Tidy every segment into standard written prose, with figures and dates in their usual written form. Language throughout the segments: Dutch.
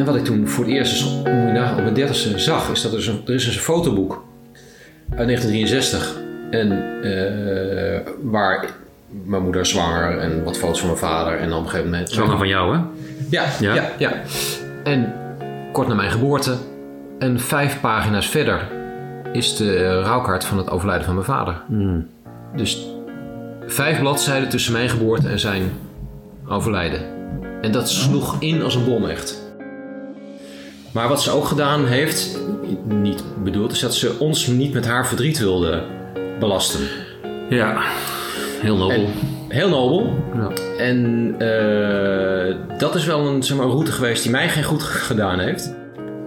En wat ik toen voor het eerst op mijn 30ste zag, is dat er is een fotoboek uit 1963. En waar mijn moeder zwanger en wat foto's van mijn vader. En dan op een gegeven moment... Zwanger van jou, hè? Ja. En kort na mijn geboorte. En 5 pagina's verder is de rouwkaart van het overlijden van mijn vader. Dus 5 bladzijden tussen mijn geboorte en zijn overlijden. En dat sloeg in als een bom echt. Maar wat ze ook gedaan heeft, niet bedoeld, is dat ze ons niet met haar verdriet wilde belasten. Ja, heel nobel. Heel nobel. Ja. En dat is wel een route geweest die mij geen goed gedaan heeft.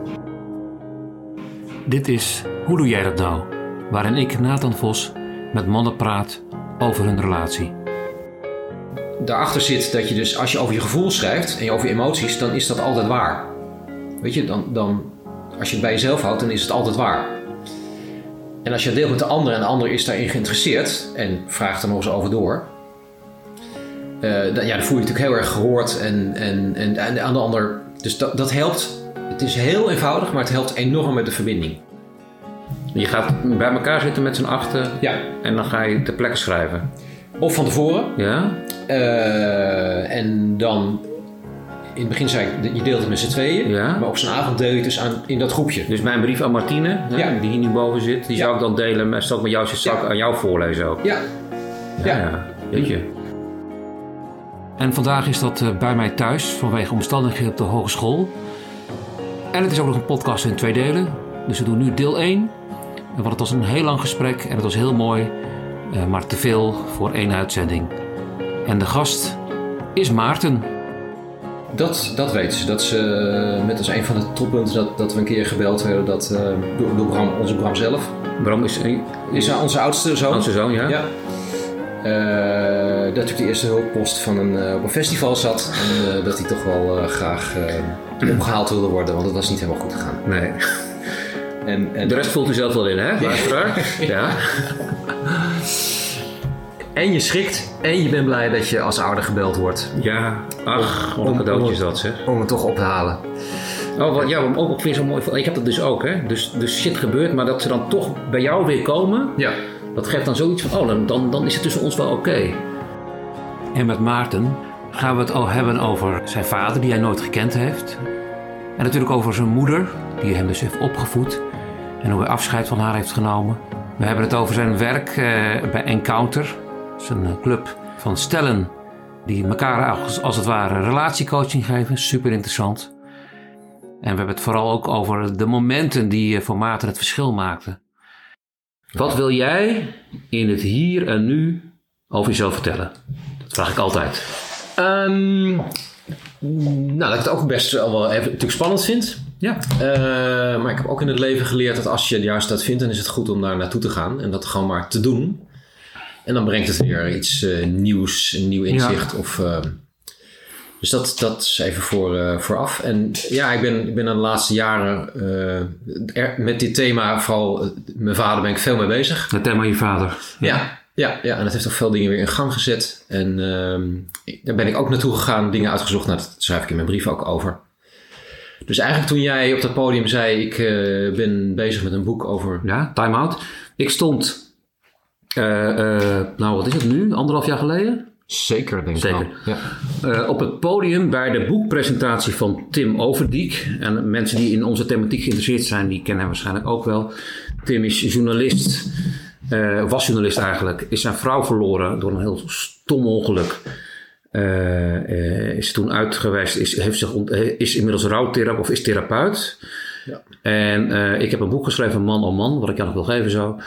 Dit is Hoe doe jij dat nou? Waarin ik, Nathan Vos, met mannen praat over hun relatie. Daarachter zit dat je dus, als je over je gevoel schrijft en je over je emoties, dan is dat altijd waar. Weet je, dan als je het bij jezelf houdt, dan is het altijd waar. En als je het deelt met de ander en de ander is daarin geïnteresseerd en vraagt er nog eens over door, dan voel je je natuurlijk heel erg gehoord en aan de ander. Dus dat helpt. Het is heel eenvoudig, maar het helpt enorm met de verbinding. Je gaat bij elkaar zitten met z'n achten en dan ga je ter plekke schrijven. Of van tevoren. Ja. En dan, in het begin zei ik, je deelt het met z'n tweeën. Ja. Maar op zo'n avond deel je het dus in dat groepje. Dus mijn brief aan Martine, die hier nu boven zit, die zou ik dan delen. Maar stel ik met jou aan jou voorlezen ook. Ja. Weet je. En vandaag is dat bij mij thuis vanwege omstandigheden op de hogeschool. En het is ook nog een podcast in 2 delen. Dus we doen nu deel 1. Want het was een heel lang gesprek en het was heel mooi. Maar te veel voor 1 uitzending. En de gast is Maarten. Dat weten ze. Dat ze met als een van de toppunten dat we een keer gebeld werden door onze Bram zelf. Bram is onze oudste zoon. Oudste zoon, ja. Dat hij op de eerste hulppost van op een festival zat. En dat hij toch wel graag opgehaald wilde worden. Want het was niet helemaal goed gegaan. Nee. En de rest voelt u zelf wel in, hè? Ja. En je schrikt en je bent blij dat je als ouder gebeld wordt. Ja, ach, wat een cadeautje is dat, zeg. Om het toch op te halen. Ook weer zo mooi. Ik heb dat dus ook, hè. Dus shit gebeurt, maar dat ze dan toch bij jou weer komen. Ja. Dat geeft dan zoiets van, dan is het tussen ons wel oké. En met Maarten gaan we het al hebben over zijn vader, die hij nooit gekend heeft. En natuurlijk over zijn moeder, die hem dus heeft opgevoed. En hoe hij afscheid van haar heeft genomen. We hebben het over zijn werk bij Encounter. Dat is een club van stellen die elkaar als het ware relatiecoaching geven. Super interessant. En we hebben het vooral ook over de momenten die voor Maarten het verschil maakten. Wat wil jij in het hier en nu over jezelf vertellen? Dat vraag ik altijd. Dat ik het ook best wel even natuurlijk spannend vind. Ja. Maar ik heb ook in het leven geleerd dat als je juist dat vindt, dan is het goed om daar naartoe te gaan. En dat gewoon maar te doen. En dan brengt het weer iets nieuws, een nieuw inzicht. Ja. Dus dat is even vooraf. En ja, ik ben de laatste jaren met dit thema, vooral mijn vader, ben ik veel mee bezig. Het thema je vader. Ja, en dat heeft ook veel dingen weer in gang gezet. En daar ben ik ook naartoe gegaan, dingen uitgezocht. Dat schrijf ik in mijn brief ook over. Dus eigenlijk toen jij op dat podium zei, ik ben bezig met een boek over... Ja, Time Out. Ik stond, wat is het nu? 1,5 jaar geleden? Zeker, denk ik. Zeker. Ja. Op het podium bij de boekpresentatie van Tim Overdiek. En mensen die in onze thematiek geïnteresseerd zijn, die kennen hem waarschijnlijk ook wel. Tim is journalist, was journalist eigenlijk. Is zijn vrouw verloren door een heel stom ongeluk. Is toen uitgeweest, is inmiddels rouwtherapeut of is therapeut. Ja. En ik heb een boek geschreven, Man oh Man, wat ik jou nog wil geven zo.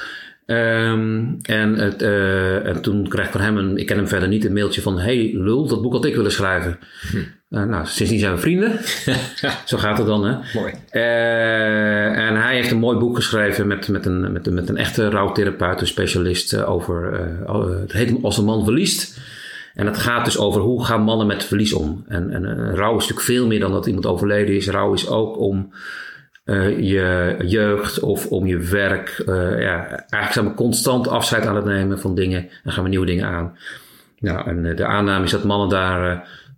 En toen kreeg ik van hem, ik ken hem verder niet, een mailtje van: hey lul, dat boek had ik willen schrijven. Sindsdien zijn we vrienden. Zo gaat het dan, hè. Mooi. En hij heeft een mooi boek geschreven met een echte rouwtherapeut, een specialist over, het heet Als een man verliest. En het gaat dus over hoe gaan mannen met verlies om. En rouw is natuurlijk veel meer dan dat iemand overleden is. Rouw is ook om je jeugd of om je werk. Eigenlijk zijn we constant afscheid aan het nemen van dingen. En gaan we nieuwe dingen aan. Nou, en de aanname is dat mannen daar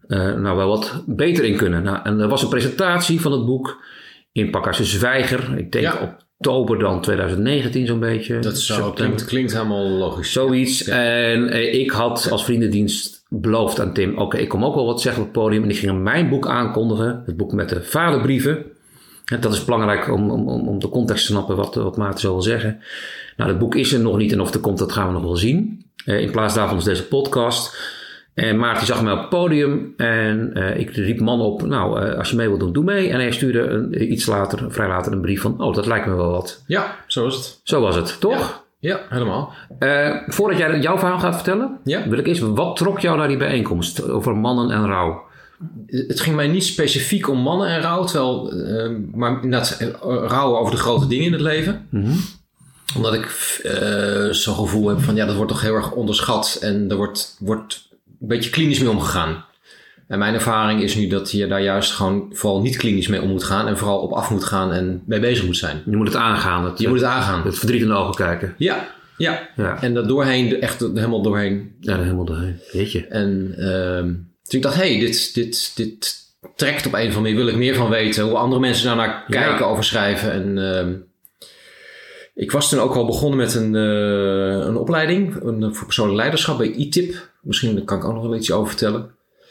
wel wat beter in kunnen. Nou, en er was een presentatie van het boek in Pakhuis Zwijger. Ik denk oktober dan 2019 zo'n beetje. Dat klinkt helemaal logisch. Zoiets. Ja. En ik had als vriendendienst beloofd aan Tim... Oké, ik kom ook wel wat zeggen op het podium. En ik ging mijn boek aankondigen. Het boek met de vaderbrieven. En dat is belangrijk om de context te snappen wat Maarten zo wil zeggen. Nou, het boek is er nog niet en of het er komt, dat gaan we nog wel zien. In plaats daarvan is deze podcast. En Maarten zag mij op het podium en ik riep man op, als je mee wilt doen, doe mee. En hij stuurde vrij later een brief van, dat lijkt me wel wat. Ja, zo was het. Zo was het, toch? Ja, helemaal. Voordat jij jouw verhaal gaat vertellen, wil ik eerst, wat trok jou naar die bijeenkomst over mannen en rouw? Het ging mij niet specifiek om mannen en rouw, maar inderdaad rouwen over de grote dingen in het leven. Mm-hmm. Omdat ik zo'n gevoel heb van, dat wordt toch heel erg onderschat en er wordt een beetje klinisch mee omgegaan. En mijn ervaring is nu dat je daar juist gewoon vooral niet klinisch mee om moet gaan en vooral op af moet gaan en mee bezig moet zijn. Je moet het aangaan. Je moet het aangaan. Het verdriet in de ogen kijken. Ja. En dat doorheen, echt helemaal doorheen. Ja, helemaal doorheen. Weet je. En toen ik dacht, dit trekt op een of andere manier, wil ik meer van weten. Hoe andere mensen daarnaar kijken, over schrijven. En ik was toen ook al begonnen met een opleiding voor persoonlijk leiderschap bij ITIP. Misschien kan ik ook nog wel iets over vertellen.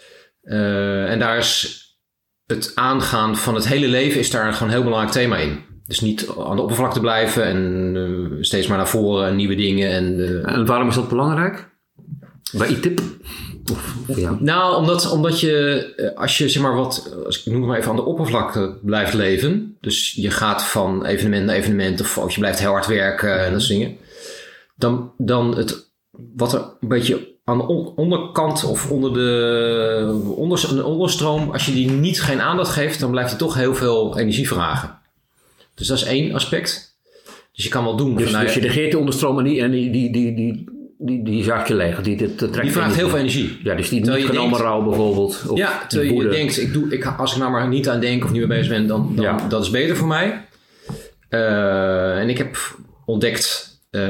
En daar is het aangaan van het hele leven is daar gewoon een heel belangrijk thema in. Dus niet aan de oppervlakte blijven en steeds maar naar voren en nieuwe dingen. En waarom is dat belangrijk? Bij ITIP? Nou, omdat je, als je zeg maar ik noem het maar even, aan de oppervlakte blijft leven. Dus je gaat van evenement naar evenement of je blijft heel hard werken en dat soort dingen. Dan wat er een beetje aan de onderkant of onder de onderstroom, als je die geen aandacht geeft, dan blijft je toch heel veel energie vragen. Dus dat is één aspect. Dus je kan wel doen. Dus je negeert de onderstroom en die zaak je leeg. Die vraagt heel veel energie. Ja, dus die niet genomen rouw bijvoorbeeld. Of terwijl je denkt, als ik nou maar niet aan denk of niet mee bezig ben, dan dat is beter voor mij. En ik heb ontdekt,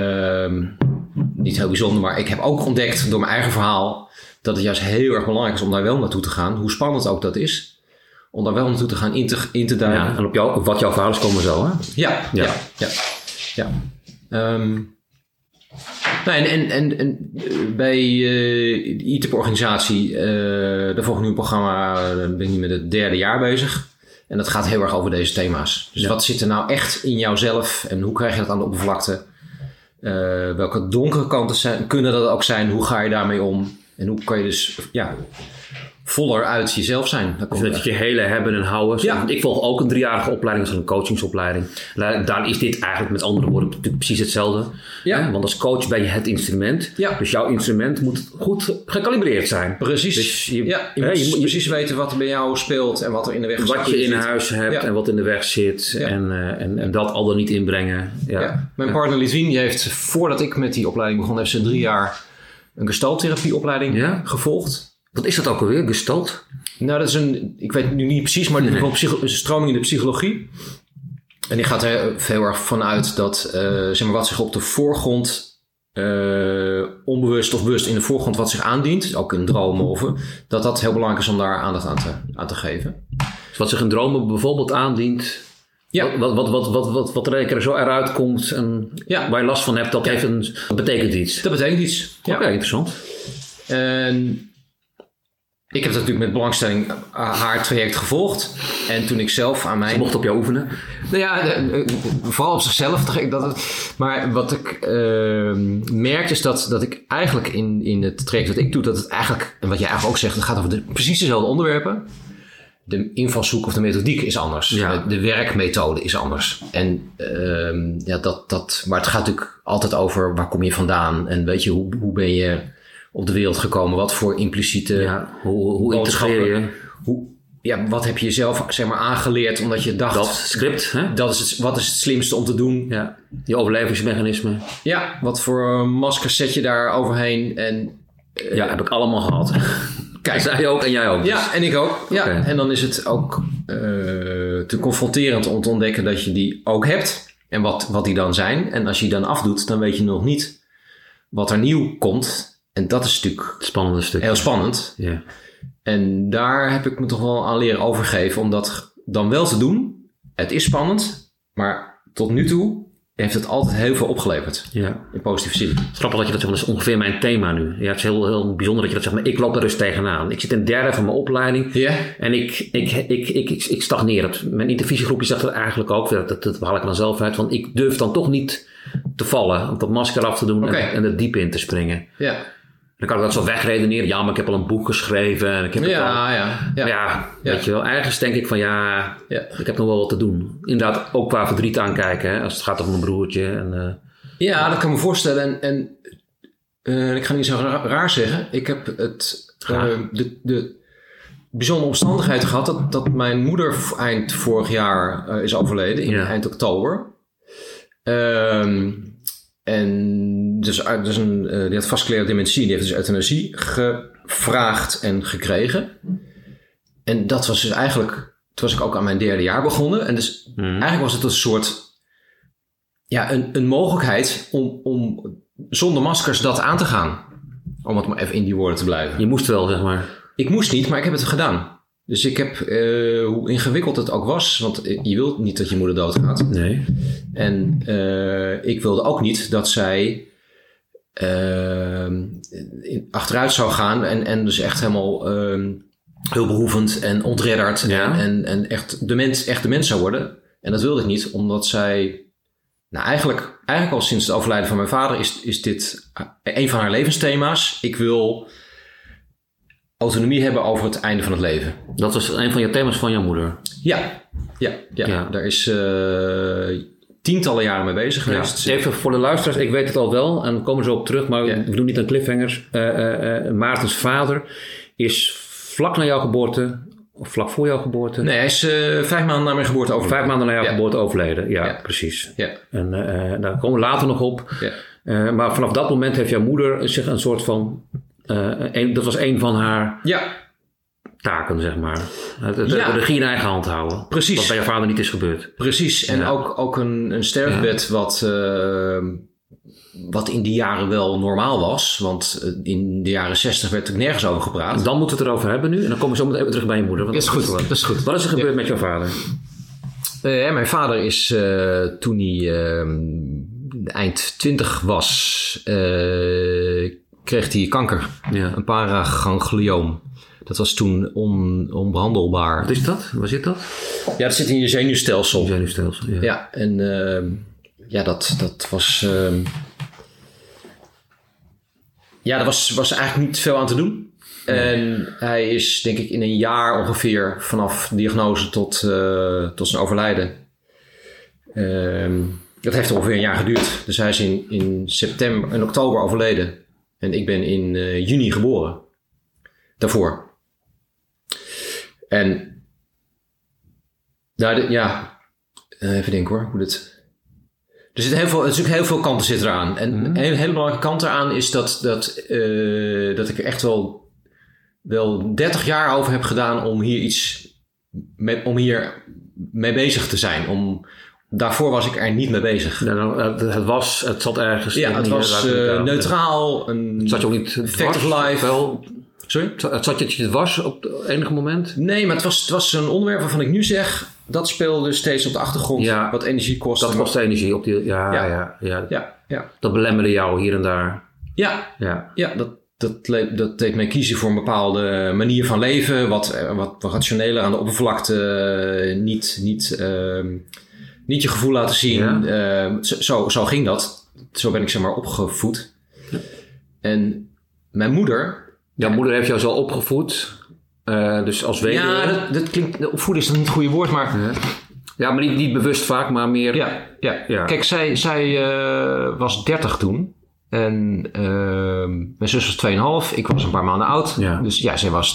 niet heel bijzonder, maar ik heb ook ontdekt door mijn eigen verhaal dat het juist heel erg belangrijk is om daar wel naartoe te gaan. Hoe spannend ook dat is. Om daar wel naartoe te gaan, in te duiken. Ja, en op wat jouw verhaal is komen zo, hè? Ja. En bij de ITIP-organisatie, daar volgt nu een programma, daar ben ik nu met het 3e jaar bezig. En dat gaat heel erg over deze thema's. Dus wat zit er nou echt in jouzelf en hoe krijg je dat aan de oppervlakte? Welke donkere kanten kunnen dat ook zijn? Hoe ga je daarmee om? En hoe kan je dus voller uit jezelf zijn? Dat je hele hebben en houden. Ja. Ik volg ook een 3-jarige opleiding, dat is een coachingsopleiding. Daar is dit eigenlijk met andere woorden natuurlijk precies hetzelfde. Ja. Want als coach ben je het instrument. Ja. Dus jouw instrument moet goed gekalibreerd zijn. Precies. Dus je moet precies weten wat er bij jou speelt en wat er in de weg zit. Wat je in huis hebt en wat in de weg zit. Ja. En dat al dan niet inbrengen. Ja. Mijn partner Lidwien, die heeft voordat ik met die opleiding begon, heeft ze 3 jaar een gestalttherapieopleiding gevolgd. Wat is dat ook alweer, gestalt? Nou, dat is ik weet nu niet precies, maar het is een stroming in de psychologie. En die gaat er heel erg vanuit dat, wat zich op de voorgrond, onbewust of bewust in de voorgrond wat zich aandient, ook in dromen of dat heel belangrijk is om daar aandacht aan te geven. Dus wat zich in dromen bijvoorbeeld aandient, wat er zo eruit komt en waar je last van hebt, dat betekent iets. Dat betekent iets. Ja. Oké, interessant. En ik heb natuurlijk met belangstelling haar traject gevolgd. En toen ik zelf aan mij... Ze mocht op jou oefenen? Nou ja, vooral op zichzelf. Maar wat ik merk is dat ik eigenlijk in het traject wat ik doe, dat het eigenlijk, en wat jij eigenlijk ook zegt, het gaat over precies dezelfde onderwerpen. De invalshoek of de methodiek is anders. Ja. De werkmethode is anders. En maar het gaat natuurlijk altijd over waar kom je vandaan en weet je, hoe ben je op de wereld gekomen? Wat voor impliciete... Hoe integreer je? Wat heb je jezelf aangeleerd omdat je dacht... Dat script, hè? Wat is het slimste om te doen? Ja. Je overlevingsmechanisme. Ja, wat voor maskers zet je daar overheen? En, heb ik allemaal gehad. Kijk, zij ook en jij ook. Dus. Ja, en ik ook. Ja. Okay. En dan is het ook te confronterend om te ontdekken dat je die ook hebt. En wat die dan zijn. En als je die dan afdoet, dan weet je nog niet wat er nieuw komt. En dat is natuurlijk het spannende stuk. Heel spannend. Ja. En daar heb ik me toch wel aan leren overgeven om dat dan wel te doen. Het is spannend, maar tot nu toe heeft het altijd heel veel opgeleverd. Ja. In positieve zin. Grappig dat je dat zegt, dat is ongeveer mijn thema nu. Ja, het is heel bijzonder dat je dat zegt, maar ik loop er dus tegenaan. Ik zit in het derde van mijn opleiding en ik stagneer. Mijn intervisiegroepje zegt het eigenlijk ook, dat haal ik dan zelf uit, van ik durf dan toch niet te vallen, om dat masker af te doen en er diep in te springen. Ja. Dan kan ik dat zo wegredeneren. Ja, maar ik heb al een boek geschreven. En ik heb weet je wel. Ergens denk ik van ik heb nog wel wat te doen. Inderdaad, ook qua verdriet aankijken. Hè, als het gaat over mijn broertje. Ja, dat kan ik me voorstellen. En ik ga niet zo raar zeggen. Ik heb de bijzondere omstandigheid gehad dat mijn moeder eind vorig jaar is overleden. Eind oktober. En die had vasculaire dementie. Die heeft dus euthanasie gevraagd en gekregen. En dat was dus eigenlijk... Toen was ik ook aan mijn 3e jaar begonnen. En dus eigenlijk was het een soort... Ja, een mogelijkheid om zonder maskers dat aan te gaan. Om het maar even in die woorden te blijven. Je moest wel, zeg maar. Ik moest niet, maar ik heb het gedaan. Dus ik heb, hoe ingewikkeld het ook was... Want je wilt niet dat je moeder doodgaat. Nee. En ik wilde ook niet dat zij achteruit zou gaan. En dus echt helemaal hulpbehoevend en ontredderd. Ja. En echt de mens zou worden. En dat wilde ik niet, omdat zij... Nou, eigenlijk al sinds het overlijden van mijn vader is dit een van haar levensthema's. Ik wil... autonomie hebben over het einde van het leven. Dat was een van je thema's van jouw moeder? Ja. Daar is tientallen jaren mee bezig geweest. Ja. Even voor de luisteraars, ik weet het al wel en we komen zo op terug, maar we doen niet aan cliffhangers. Maartens vader is vlak na jouw geboorte, of vlak voor jouw geboorte? Nee, hij is 5 maanden na mijn geboorte overleden. 5 maanden na jouw geboorte overleden, ja. Precies. Ja. En daar komen we later nog op. Ja. Maar vanaf dat moment heeft jouw moeder zich een soort van... dat was een van haar taken, zeg maar. De regie in eigen hand houden. Precies. Wat bij je vader niet is gebeurd. Precies. En ook een sterfbed wat in die jaren wel normaal was. Want in de jaren 60 werd er nergens over gepraat. Dan moeten we het erover hebben nu. En dan komen we zo meteen even terug bij je moeder. Dat is goed. Wat is er gebeurd met jouw vader? Mijn vader is toen hij eind 20 was... kreeg hij kanker. Ja. Een paraganglioom. Dat was toen onbehandelbaar. Wat is dat? Waar zit dat? Ja, dat zit in je zenuwstelsel. Ja. En dat was... daar was eigenlijk niet veel aan te doen. Nee. En hij is, denk ik, in een jaar ongeveer... vanaf diagnose tot zijn overlijden... dat heeft ongeveer een jaar geduurd. Dus hij is in oktober overleden... En ik ben in juni geboren. Daarvoor. En... even denken hoor. Hoe dit... Er zit natuurlijk heel veel kanten zitten eraan. En een hele belangrijke kant eraan is dat ik er echt wel 30 jaar over heb gedaan om hier mee bezig te zijn. Daarvoor was ik er niet mee bezig. Het zat ergens... Ja, het was neutraal. Het zat je ook niet fact of life. Wel, sorry? Het zat je dwars op het enige moment? Nee, maar het was een onderwerp waarvan ik nu zeg... dat speelde steeds op de achtergrond. Ja, wat energie kostte. Dat kostte energie. Op die, ja. Dat belemmerde jou hier en daar. Ja, dat deed mij kiezen voor een bepaalde manier van leven. Wat rationeler aan de oppervlakte. Niet je gevoel laten zien. Ja. Zo ging dat. Zo ben ik zeg maar opgevoed. Ja. En mijn moeder... Jouw moeder heeft jou zo opgevoed. Dus als weduwe... Ja, dat klinkt... Opvoeden is dan niet het goede woord, maar... Ja, maar niet bewust vaak, maar meer... Ja. Kijk, zij was 30 toen. En mijn zus was 2,5. Ik was een paar maanden oud. Ja. Dus ja, zij was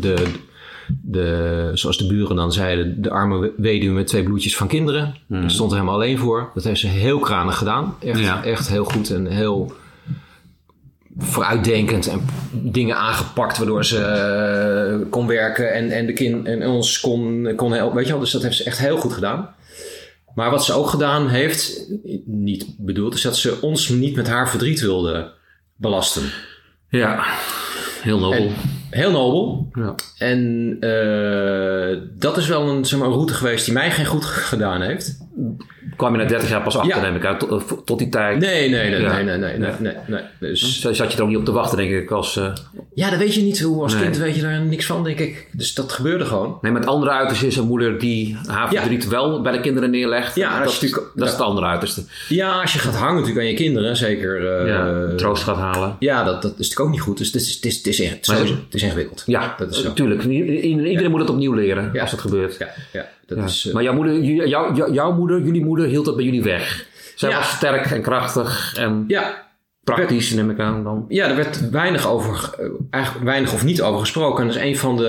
zoals de buren dan zeiden, de arme weduwe met 2 bloedjes van kinderen. Daar stond er helemaal alleen voor. Dat heeft ze heel kranig gedaan. Echt heel goed en heel vooruitdenkend en dingen aangepakt waardoor ze kon werken en ons kon helpen. Weet je wel, dus dat heeft ze echt heel goed gedaan. Maar wat ze ook gedaan heeft, niet bedoeld, is dat ze ons niet met haar verdriet wilde belasten. Ja, heel nobel. Heel nobel. Ja. En dat is wel een route geweest die mij geen goed gedaan heeft. Kwam je na 30 jaar pas achter, neem ik aan, tot die tijd? Nee. Dus zat je er ook niet op te wachten, denk ik, als... Ja, dat weet je niet. Als kind weet je daar niks van, denk ik. Dus dat gebeurde gewoon. Nee, met andere uiterste is een moeder die haar verdriet wel bij de kinderen neerlegt. Ja, dat is het andere uiterste. Ja, als je gaat hangen natuurlijk aan je kinderen, zeker. Troost gaat halen. Ja, dat is natuurlijk ook niet goed. Dus het is ingewikkeld. Ja, dat is natuurlijk. Iedereen moet het opnieuw leren als dat gebeurt. Ja. Maar jouw moeder, jullie moeder, hield dat bij jullie weg. Zij was sterk en krachtig en praktisch, neem ik aan dan. Ja, er werd eigenlijk weinig of niet over gesproken. En dat is een van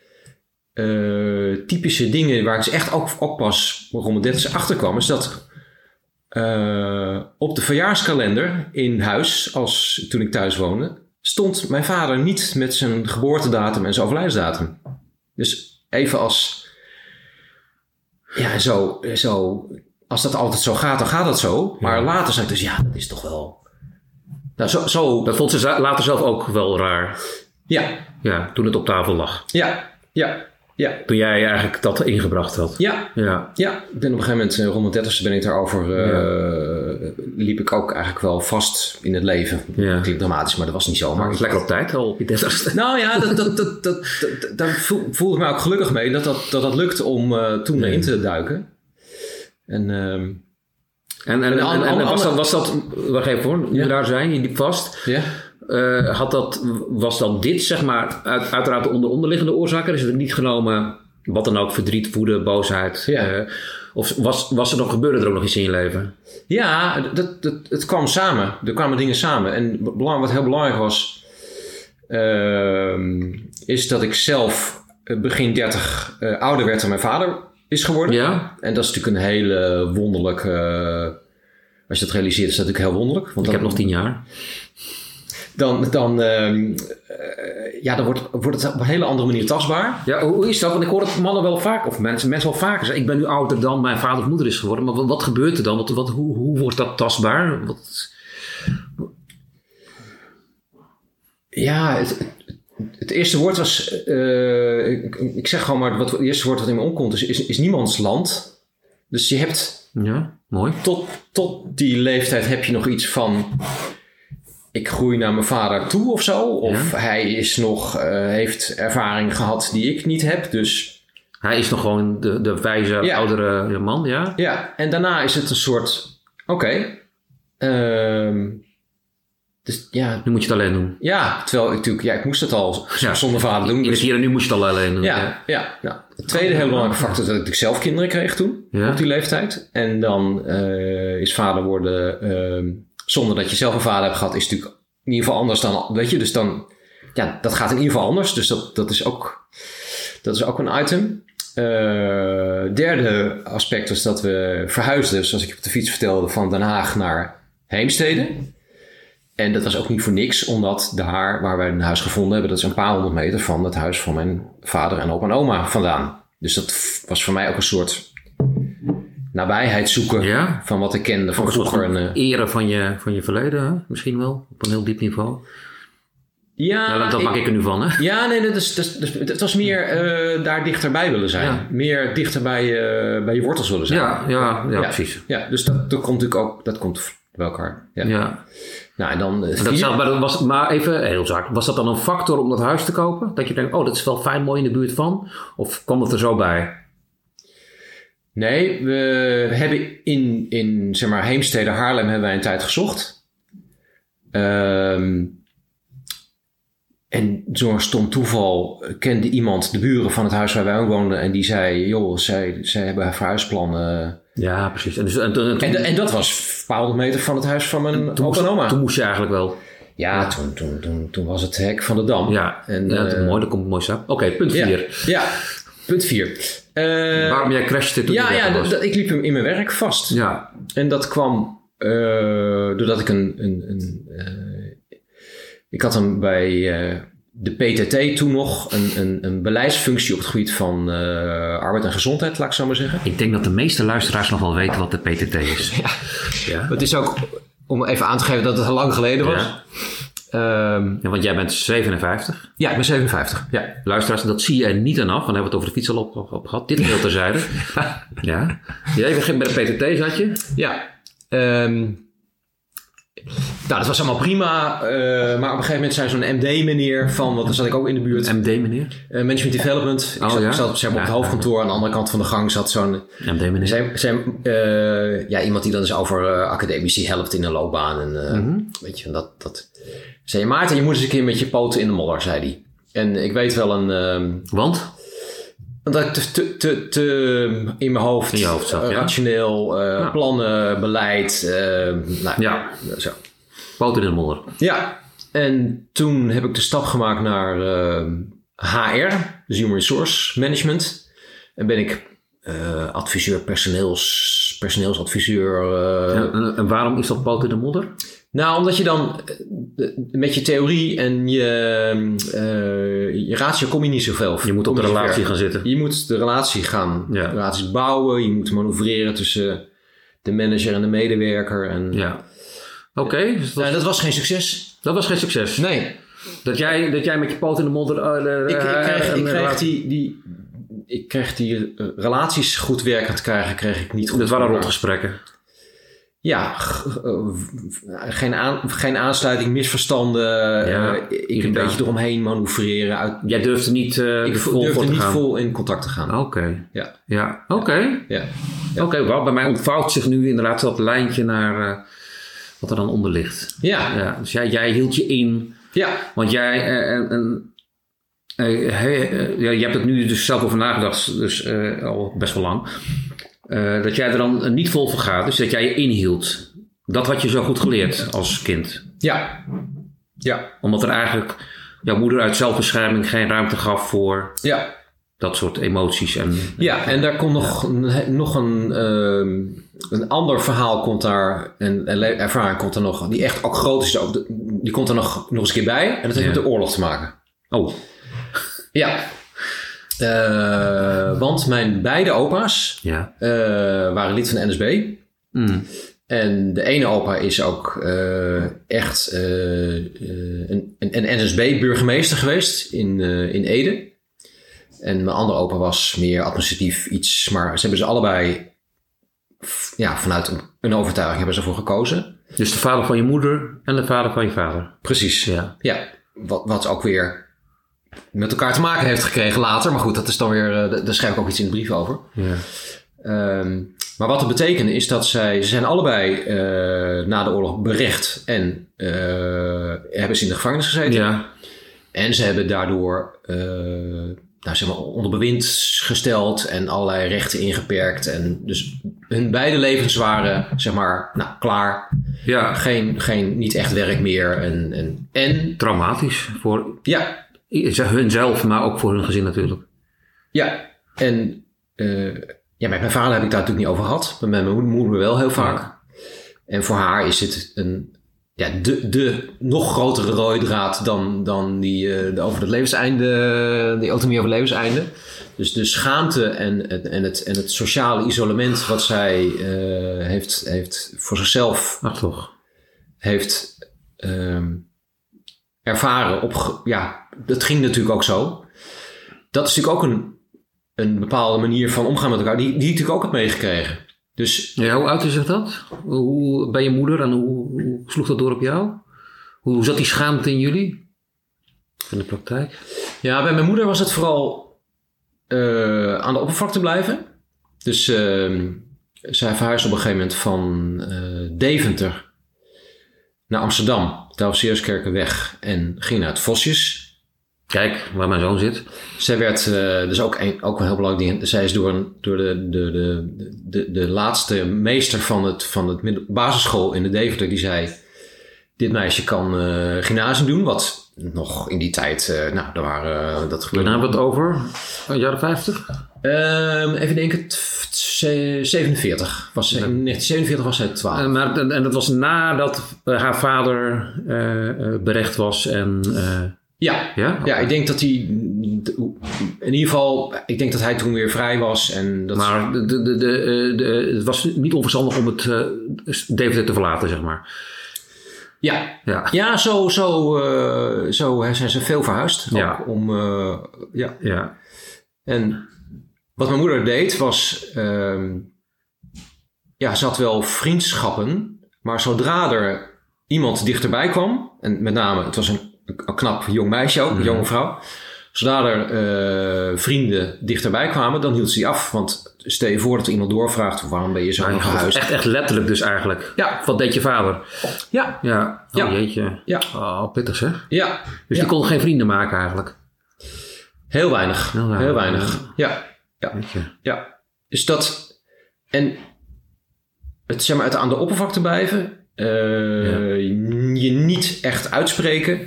de typische dingen waar ik echt ook pas rond de 30 achter kwam. Is dat op de verjaarskalender in huis, toen ik thuis woonde, stond mijn vader niet met zijn geboortedatum en zijn overlijdensdatum. Dus even als... Ja, zo, als dat altijd zo gaat, dan gaat dat zo. Maar later zei ik dus, dat is toch wel... Nou, zo. Dat vond ze later zelf ook wel raar. Ja, toen het op tafel lag. Ja. Toen jij eigenlijk dat ingebracht had. Ja. Ik ben op een gegeven moment, rond de 30ste ben ik daarover... liep ik ook eigenlijk wel vast in het leven. Dat klinkt dramatisch, maar dat was niet zo. Maar lekker op tijd al op je 30ste. Nou ja, daar voelde ik me ook gelukkig mee dat lukte om toen in te duiken. En was dat... Wacht even hoor, nu daar zijn, je liep vast. Ja. Was dan dit, zeg maar, uiteraard de onderliggende oorzaken? Is het niet genomen, wat dan ook, verdriet, woede, boosheid? Of gebeurde er ook nog iets in je leven? Ja, het kwam samen. Er kwamen dingen samen. En wat heel belangrijk was, is dat ik zelf begin 30 ouder werd dan mijn vader is geworden. Ja. En dat is natuurlijk een hele wonderlijke... als je dat realiseert, is dat natuurlijk heel wonderlijk. Want ik heb nog 10 jaar. Dan wordt het op een hele andere manier tastbaar. Ja, hoe is dat? Want ik hoor het mannen wel vaak, of mensen wel vaker zeggen. Ik ben nu ouder dan mijn vader of moeder is geworden. Maar wat gebeurt er dan? Hoe wordt dat tastbaar? Ja, het eerste woord was... ik zeg gewoon maar, het eerste woord wat in me omkomt is niemands land. Dus je hebt... Ja, mooi. Tot die leeftijd heb je nog iets van... Ik groei naar mijn vader toe of zo. Of hij is heeft ervaring gehad die ik niet heb. Dus... Hij is nog gewoon de wijze, oudere man, ja? Ja, en daarna is het een soort... dus ja... Nu moet je het alleen doen. Ja, terwijl ik natuurlijk... Ja, ik moest het al zonder vader doen. Dus hier en nu moest je het al alleen doen. Ja. De tweede heel belangrijke factor is dat ik zelf kinderen kreeg toen. Op die leeftijd. En dan is vader worden... zonder dat je zelf een vader hebt gehad, is natuurlijk in ieder geval anders dan... Weet je, dus dan... Ja, dat gaat in ieder geval anders. Dus dat is ook een item. Derde aspect was dat we verhuisden, zoals ik op de fiets vertelde, van Den Haag naar Heemstede. En dat was ook niet voor niks, omdat daar waar wij een huis gevonden hebben, dat is een paar 100 meter van het huis van mijn vader en opa en oma vandaan. Dus dat was voor mij ook een soort nabijheid zoeken van wat ik kende van vroeger. Eren van je verleden, hè? Misschien wel, op een heel diep niveau. Ja, dat maak ik er nu van, hè? Ja, nee, het was meer daar dichterbij willen zijn. Ja. Meer dichter bij je wortels willen zijn. Ja, precies. Ja, dus dat komt natuurlijk ook, dat komt bij elkaar. Ja. Nou, en dan... maar even, heel zaak. Was dat dan een factor om dat huis te kopen? Dat je denkt, dat is wel fijn, mooi in de buurt van? Of kwam het er zo bij? Nee, we hebben in zeg maar, Heemstede, Haarlem hebben wij een tijd gezocht. En door stom toeval kende iemand de buren van het huis waar wij woonden. En die zei, joh, zij hebben verhuisplannen. Ja, precies. En dat was een paar 100 meter van het huis van mijn opa en oma. Toen moest je eigenlijk wel. Ja, toen was het hek van de dam. Ja, mooi, dat komt mooi samen. Oké, punt 4. Ja, punt 4. Waarom jij crashte toen ik liep hem in mijn werk vast. Ja. En dat kwam doordat ik ik had hem bij de PTT toen nog een beleidsfunctie op het gebied van arbeid en gezondheid, laat ik zo maar zeggen. Ik denk dat de meeste luisteraars nog wel weten wat de PTT is. Ja. Het is ook, om even aan te geven dat het al lang geleden was. want jij bent 57. Ja, ik ben 57. Ja. Luisteraars, dat zie je er niet aan af. Want we hebben het over de fiets al op gehad. Dit heel terzijde. Ja. Jij begint bij de PTT, zat je? Ja. Nou, dat was allemaal prima. Maar op een gegeven moment zei zo'n MD-meneer van... Want dan zat ik ook in de buurt. MD-meneer? Management Development. Ik zat zeg maar, op het hoofdkantoor. Aan de andere kant van de gang zat zo'n... MD-meneer? Iemand die dan dus over academici helpt in een loopbaan. En weet je, dat... Zei Maarten, je moet eens een keer met je poten in de modder, zei hij. En ik weet wel een... Want? Dat ik te in mijn hoofd zat, rationeel, plannen, beleid, zo. Poten in de modder. Ja, en toen heb ik de stap gemaakt naar HR, dus Human Resource Management. En ben ik adviseur, personeelsadviseur. En waarom is dat poten in de modder? Nou, omdat je dan met je theorie en je ratio kom je niet zoveel. Je moet op de relatie gaan zitten. Je moet de relaties bouwen. Je moet manoeuvreren tussen de manager en de medewerker. Oké. Dat was geen succes. Dat was geen succes? Nee. Dat jij met je poot in de modder... Ik kreeg die relaties goed werkend krijgen, kreeg ik niet goed. Dat waren rotgesprekken. Ja, geen aansluiting, misverstanden. Ik een beetje eromheen manoeuvreren. Jij durfde niet vol in contact te gaan. Oké. Ja. Oké. Wel, bij mij ontvouwt zich nu inderdaad dat lijntje naar wat er dan onder ligt. Ja. Dus jij hield je in. Ja. Want jij... je hebt het nu dus zelf over nagedacht, dus al best wel lang. Dat jij er dan niet vol voor gaat, dus dat jij je inhield. Dat had je zo goed geleerd als kind. Ja. Omdat er eigenlijk jouw moeder uit zelfbescherming geen ruimte gaf voor dat soort emoties. En daar komt nog een ander verhaal komt daar, en ervaring komt er nog, die echt ook groot is. Die komt er nog eens een keer bij. En dat heeft met de oorlog te maken. Oh. Ja. Want mijn beide opa's waren lid van de NSB. En de ene opa is ook echt een NSB-burgemeester geweest in Ede. En mijn andere opa was meer administratief iets. Maar ze hebben allebei vanuit een overtuiging hebben ze ervoor gekozen. Dus de vader van je moeder en de vader van je vader. Precies. Ja. Wat ook weer met elkaar te maken heeft gekregen later. Maar goed, dat is dan weer... daar schrijf ik ook iets in de brief over. Ja. Maar wat dat betekent is dat ze zijn allebei na de oorlog berecht en hebben ze in de gevangenis gezeten. Ja. En ze hebben daardoor onder bewind gesteld en allerlei rechten ingeperkt. En dus hun beide levens waren klaar. Ja. Geen niet echt werk meer. En traumatisch voor hunzelf, maar ook voor hun gezin natuurlijk. Ja, en met mijn vader heb ik daar natuurlijk niet over gehad. Maar met mijn moeder wel heel vaak. Ja. En voor haar is het de nog grotere rode draad dan die over het levenseinde, die autonomie over het levenseinde. Dus de schaamte en het sociale isolement wat zij heeft voor zichzelf heeft ervaren. Dat ging natuurlijk ook zo. Dat is natuurlijk ook een bepaalde manier van omgaan met elkaar, die ik natuurlijk ook heb meegekregen. Dus, hoe oud is dat? Hoe ben je moeder en hoe sloeg dat door op jou? Hoe zat die schaamte in jullie? In de praktijk? Ja, bij mijn moeder was het vooral aan de oppervlakte blijven. Dus zij verhuisde op een gegeven moment van Deventer naar Amsterdam, de Seerskerkenweg, en ging naar het Vosjes. Kijk, waar mijn zoon zit. Zij werd, dus ook een heel belangrijk ding. Zij is door de laatste meester van het basisschool in de Deventer. Die zei, dit meisje kan gymnasium doen. Wat nog in die tijd, daar waren... dat gebeurde. Wanneer hebben we het over? Jaren 50? Even denken, 47. In 1947 was zij 12. En dat was nadat haar vader berecht was en... Ja, ik denk dat hij... In ieder geval, ik denk dat hij toen weer vrij was. En dat maar het was niet onverstandig om het Deventer te verlaten, zeg maar. Ja, zo zijn ze veel verhuisd. Ja. Ja. En wat mijn moeder deed was... ze had wel vriendschappen. Maar zodra er iemand dichterbij kwam... En met name, het was een knap jong meisje ook, een jonge vrouw... Zodra er vrienden dichterbij kwamen, dan hield ze die af. Want stel je voor dat er iemand doorvraagt, waarom ben je zo gehuisd? Echt letterlijk dus eigenlijk. Ja. Wat deed je vader? Ja. Jeetje. Ja. Oh, pittig zeg. Ja. Dus die kon geen vrienden maken eigenlijk? Heel weinig. Ja. Dus dat... En het aan de oppervlakte blijven. Je niet echt uitspreken.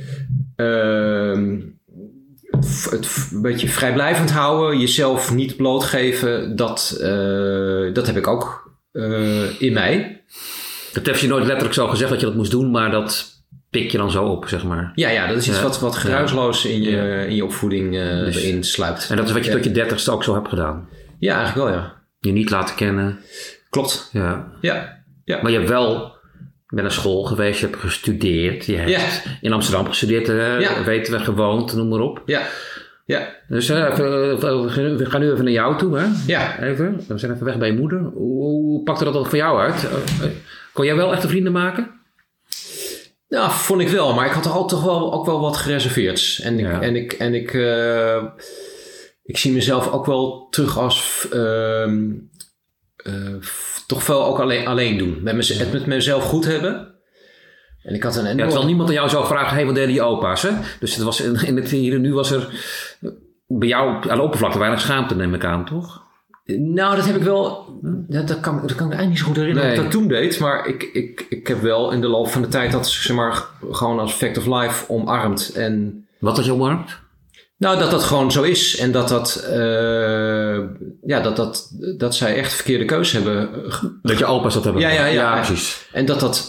Het een beetje vrijblijvend houden, jezelf niet blootgeven, dat heb ik ook in mij. Dat heb je nooit letterlijk zo gezegd dat je dat moest doen, maar dat pik je dan zo op, zeg maar. Ja, dat is iets wat geruisloos in je opvoeding erin sluipt. En dat is wat je tot je 30ste ook zo hebt gedaan? Ja, eigenlijk wel, ja. Je niet laten kennen? Klopt. Ja. Maar je hebt wel... Je bent naar school geweest, je hebt gestudeerd. Je hebt in Amsterdam gestudeerd, weten we, gewoond, noem maar op. Ja. Dus we gaan nu even naar jou toe, hè? Ja. Even. We zijn even weg bij je moeder. Hoe pakte dat voor jou uit? Kon jij wel echte vrienden maken? Nou, vond ik wel. Maar ik had er al toch ook wel wat gereserveerd. Ik zie mezelf ook wel terug als... toch veel ook alleen doen. Het met mezelf goed hebben. En ik had een enorm... terwijl niemand aan jou zou vragen, wat deden je opa's, hè? Dus het was in het hier en nu was er bij jou aan de oppervlakte weinig schaamte, neem ik aan, toch? Nou, dat heb ik wel... Dat kan ik me eigenlijk niet zo goed herinneren wat ik dat toen deed. Maar ik heb wel in de loop van de tijd dat, zeg maar, gewoon als fact of life omarmd. En... Wat had je omarmd? Nou, dat gewoon zo is. En dat zij echt verkeerde keus hebben. Dat je opa's dat hebben. Ja, precies. En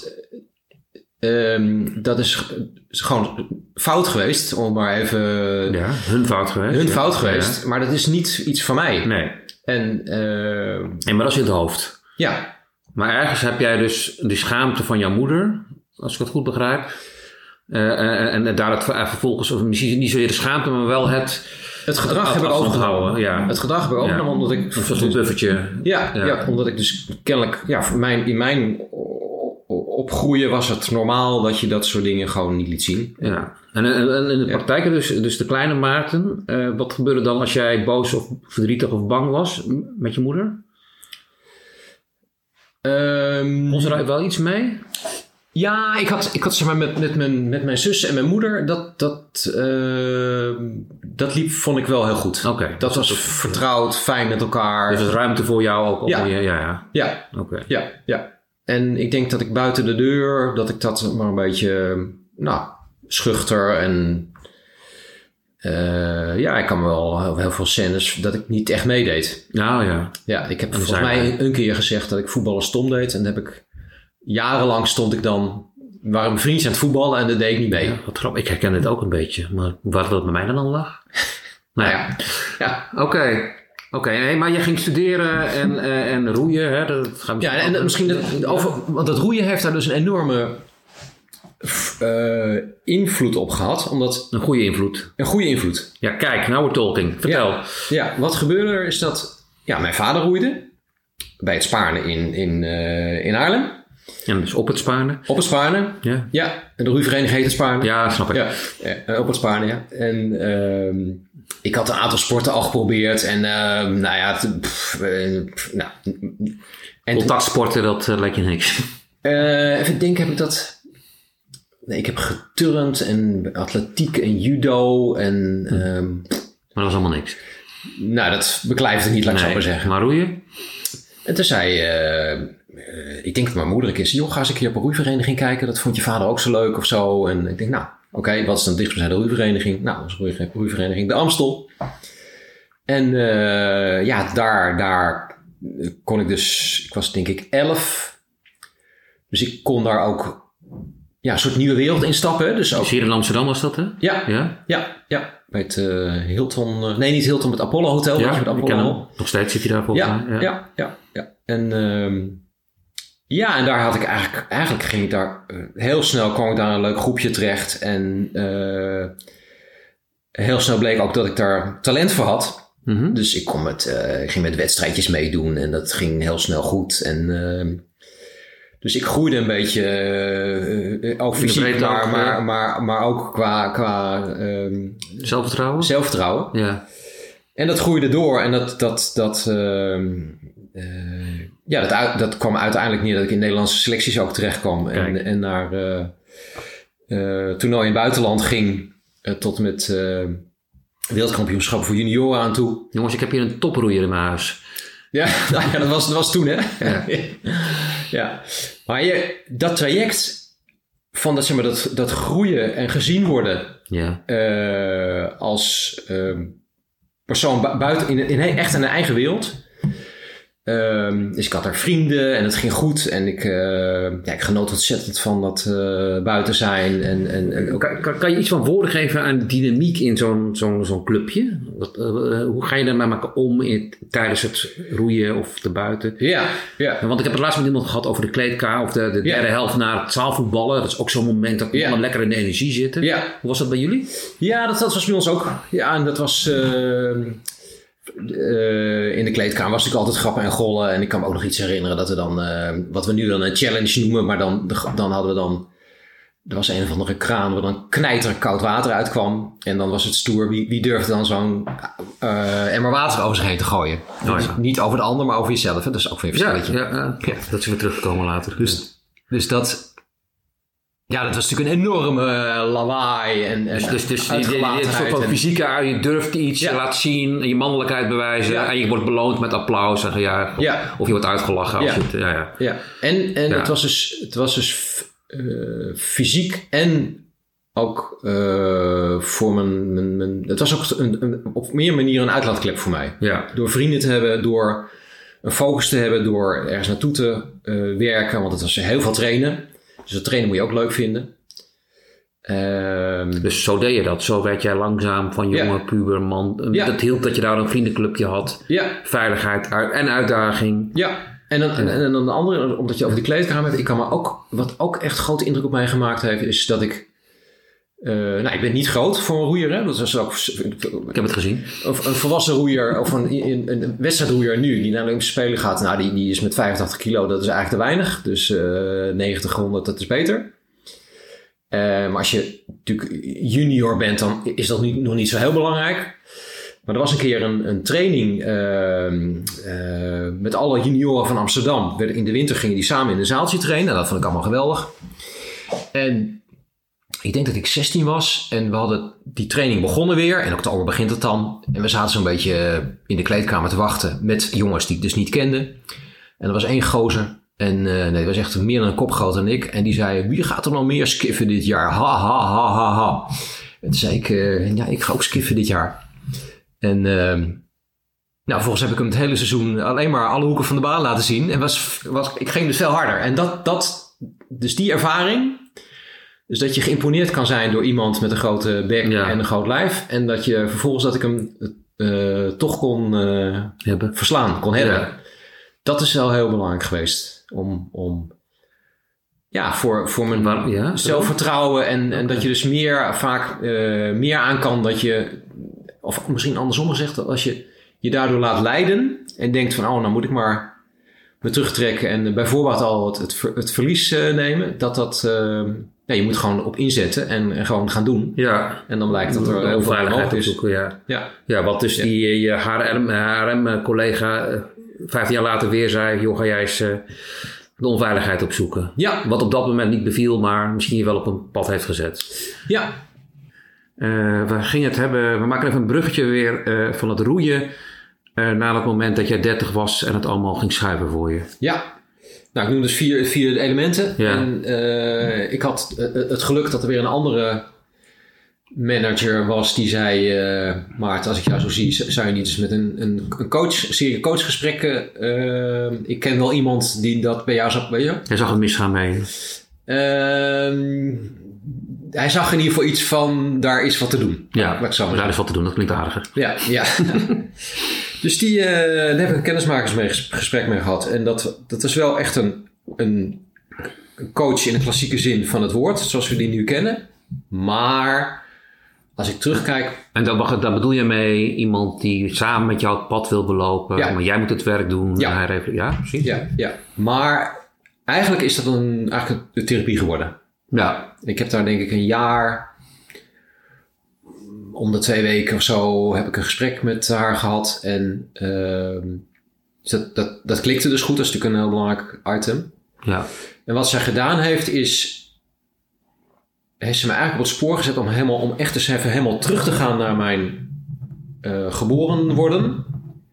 dat is gewoon fout geweest. Om maar even... Ja, hun fout geweest. Ja. Maar dat is niet iets van mij. Nee. Maar dat is in het hoofd. Ja. Maar ergens heb jij dus die schaamte van jouw moeder, als ik het goed begrijp. En daar het vervolgens, of misschien niet zozeer de schaamte, maar wel het gedrag heb ik overgenomen. Ja. Het gedrag heb ik overgenomen omdat ik... Een soort buffertje. Ja, omdat ik dus kennelijk... Ja, in mijn opgroeien was het normaal dat je dat soort dingen gewoon niet liet zien. Ja. En in de praktijk, dus de kleine Maarten, wat gebeurde dan als jij boos of verdrietig of bang was met je moeder? Kon ze daar wel iets mee? Ja, ik had zeg maar met mijn zus en mijn moeder, dat liep, vond ik wel heel goed. Okay. Dat was vertrouwd, fijn met elkaar. Dus er was ruimte voor jou ook? Ja. Okay. Ja. En ik denk dat ik buiten de deur, dat ik dat maar een beetje, schuchter en... ik kan wel heel veel scènes dat ik niet echt meedeed. Nou ja. Ja, ik heb volgens mij een keer gezegd dat ik voetballen stom deed. En dan heb ik... Jarenlang stond ik dan... waren mijn vriendjes aan het voetballen en dat deed ik niet mee. Ja, wat grappig. Ik herken dit ook een beetje. Maar waar dat bij mij dan lag? Ja. Oké, nee, maar je ging studeren en roeien. Hè? Dat gaat en misschien... want dat roeien heeft daar dus een enorme... invloed op gehad. Omdat, een goede invloed. Een goede invloed. Ja, kijk, nou wordt talking. Vertel. Ja, wat gebeurde er is dat... Ja, mijn vader roeide. Bij het Spaarne in Haarlem. En dus op het Spaarne? Op het Spaarne. Ja. En de roeivereniging heet het Spaarne. Ja, snap ik. Ja, op het Spaarne, ja. En ik had een aantal sporten al geprobeerd. En contactsporten, dat lijkt je niks. Even denken, heb ik dat... Nee, ik heb geturnd en atletiek en judo en... Maar dat was allemaal niks. Nou, dat beklijft het niet, laat ik zo maar zeggen. Maar roeien? En toen zei... ik denk dat mijn moeder een keer zei... Joh, ga eens een keer op een roeivereniging kijken. Dat vond je vader ook zo leuk of zo. En ik denk, nou, oké, wat is dan dichtstbijzijnde roeivereniging? Nou, dat is een roeivereniging de Amstel. En daar kon ik dus... Ik was denk ik 11. Dus ik kon daar ook... Ja, een soort nieuwe wereld instappen. Dus ook... Hier in Amsterdam was dat, hè? Ja. Bij het Hilton... nee, niet Hilton, het Apollo Hotel. Ja, ik ken hem. Nog steeds zit hij daar volgens mij. Ja. En Ja, en daar had ik eigenlijk ging ik daar heel snel kwam ik daar een leuk groepje terecht. En heel snel bleek ook dat ik daar talent voor had. Mm-hmm. Dus ik ging met wedstrijdjes meedoen en dat ging heel snel goed. En dus ik groeide een beetje ook fysiek, maar ook qua zelfvertrouwen. Ja. En dat groeide door en dat kwam uiteindelijk neer dat ik in Nederlandse selecties ook terecht kwam. En naar toernooi in het buitenland ging tot met wereldkampioenschappen voor junioren aan toe. Jongens, ik heb hier een toproeier in mijn huis. Ja, dat was toen, hè? Ja. Ja. Maar dat traject van dat groeien en gezien worden als persoon buiten in echt een eigen wereld. Dus ik had daar vrienden en het ging goed. En ik genoot ontzettend van dat buiten zijn. Kan je iets van woorden geven aan de dynamiek in zo'n clubje? Hoe ga je daarmee maken om tijdens het roeien of te buiten? Ja. Want ik heb het laatst met iemand gehad over de kleedkamer of de derde helft na het zaalvoetballen. Dat is ook zo'n moment dat we lekker in de energie zitten. Ja. Hoe was dat bij jullie? Ja, dat was bij ons ook. Ja, en dat was... in de kleedkamer was ik altijd grappen en gollen. En ik kan me ook nog iets herinneren dat we dan... wat we nu dan een challenge noemen. Maar dan hadden we dan... Er was een of andere kraan waar dan knijter koud water uitkwam. En dan was het stoer. Wie durfde dan zo'n emmer water over zich heen te gooien? Dus niet over de ander, maar over jezelf. Hè? Dat is ook weer een verschilletje. Ja, dat is weer teruggekomen later. Dus dat... Ja, dat was natuurlijk een enorme lawaai en dus je soort van fysieke uit, je durft iets, je laat zien, je mannelijkheid bewijzen en je wordt beloond met applaus en of je wordt uitgelachen. En het was dus fysiek en ook voor mijn het was ook op meer manieren een uitlaatklep voor mij. Ja. Door vrienden te hebben, door een focus te hebben, door ergens naartoe te werken, want het was heel veel trainen. Dus dat trainen moet je ook leuk vinden. Dus zo deed je dat. Zo werd jij langzaam van jonge puberman. Dat hielp dat je daar een vriendenclubje had. Ja. Veiligheid en uitdaging. Ja. En dan de andere, omdat je over die kleedkamer hebt. Ik kan me ook, wat ook echt grote indruk op mij gemaakt heeft, is dat ik... ik ben niet groot voor een roeier. Hè? Dat was ook, ik heb het gezien. Of een volwassen roeier of een wedstrijdroeier nu die naar de Olympische Spelen gaat. Nou, die is met 85 kilo. Dat is eigenlijk te weinig. Dus 90, 100, dat is beter. Maar als je natuurlijk junior bent, dan is dat nog niet zo heel belangrijk. Maar er was een keer een training met alle junioren van Amsterdam. In de winter gingen die samen in een zaaltje trainen. Nou, dat vond ik allemaal geweldig. En... Ik denk dat ik 16 was en we hadden die training begonnen weer. In oktober begint het dan. En we zaten zo'n beetje in de kleedkamer te wachten met jongens die ik dus niet kende. En er was één gozer. En die was echt meer dan een kop groter dan ik. En die zei, wie gaat er nog meer skiffen dit jaar? Ha, ha, ha, ha, ha. En toen zei ik, ik ga ook skiffen dit jaar. En vervolgens heb ik hem het hele seizoen alleen maar alle hoeken van de baan laten zien. En ik ging dus veel harder. En dus die ervaring... Dus dat je geïmponeerd kan zijn door iemand met een grote bek en een groot lijf. En dat je vervolgens dat ik hem toch kon verslaan, kon hebben. Ja. Dat is wel heel belangrijk geweest. Om voor mijn zelfvertrouwen. En dat je dus vaak meer aan kan dat je... Of misschien andersom gezegd, dat als je je daardoor laat leiden. En denkt van, nou moet ik maar me terugtrekken. En bijvoorbeeld al het verlies nemen. Je moet gewoon op inzetten en gewoon gaan doen. Ja. En dan blijkt dat er heel veel mogelijk is. Ja, wat dus die HRM-collega 15 jaar later weer zei... joh, ga jij eens de onveiligheid opzoeken. Ja. Wat op dat moment niet beviel, maar misschien je wel op een pad heeft gezet. Ja. We maken even een bruggetje weer van het roeien... na het moment dat jij 30 was en het allemaal ging schuiven voor je. Ja. Nou, ik noem dus vier elementen. Ja. En ik had het geluk dat er weer een andere manager was die zei... Maarten, als ik jou zo zie, zou je niet eens met een serie coachgesprekken... ik ken wel iemand die dat bij jou zag. Hij zag het misgaan mee. Hij zag in ieder geval iets van, daar is wat te doen. Ja, daar is wat te doen, dat klinkt aardiger. Ja. Dus daar heb ik een kennismakersgesprek mee gehad. En dat was wel echt een coach in de klassieke zin van het woord, zoals we die nu kennen. Maar als ik terugkijk... En daar bedoel je mee iemand die samen met jou het pad wil belopen. Ja. Maar jij moet het werk doen. Ja, ja precies. Ja. Maar eigenlijk is dat eigenlijk de therapie geworden. Ja. Ik heb daar denk ik een jaar... Om de 2 weken of zo heb ik een gesprek met haar gehad. En dat klikte dus goed. Dat is natuurlijk een heel belangrijk item. Ja. En wat zij gedaan heeft ze me eigenlijk op het spoor gezet om echt eens even helemaal terug te gaan naar mijn geboren worden.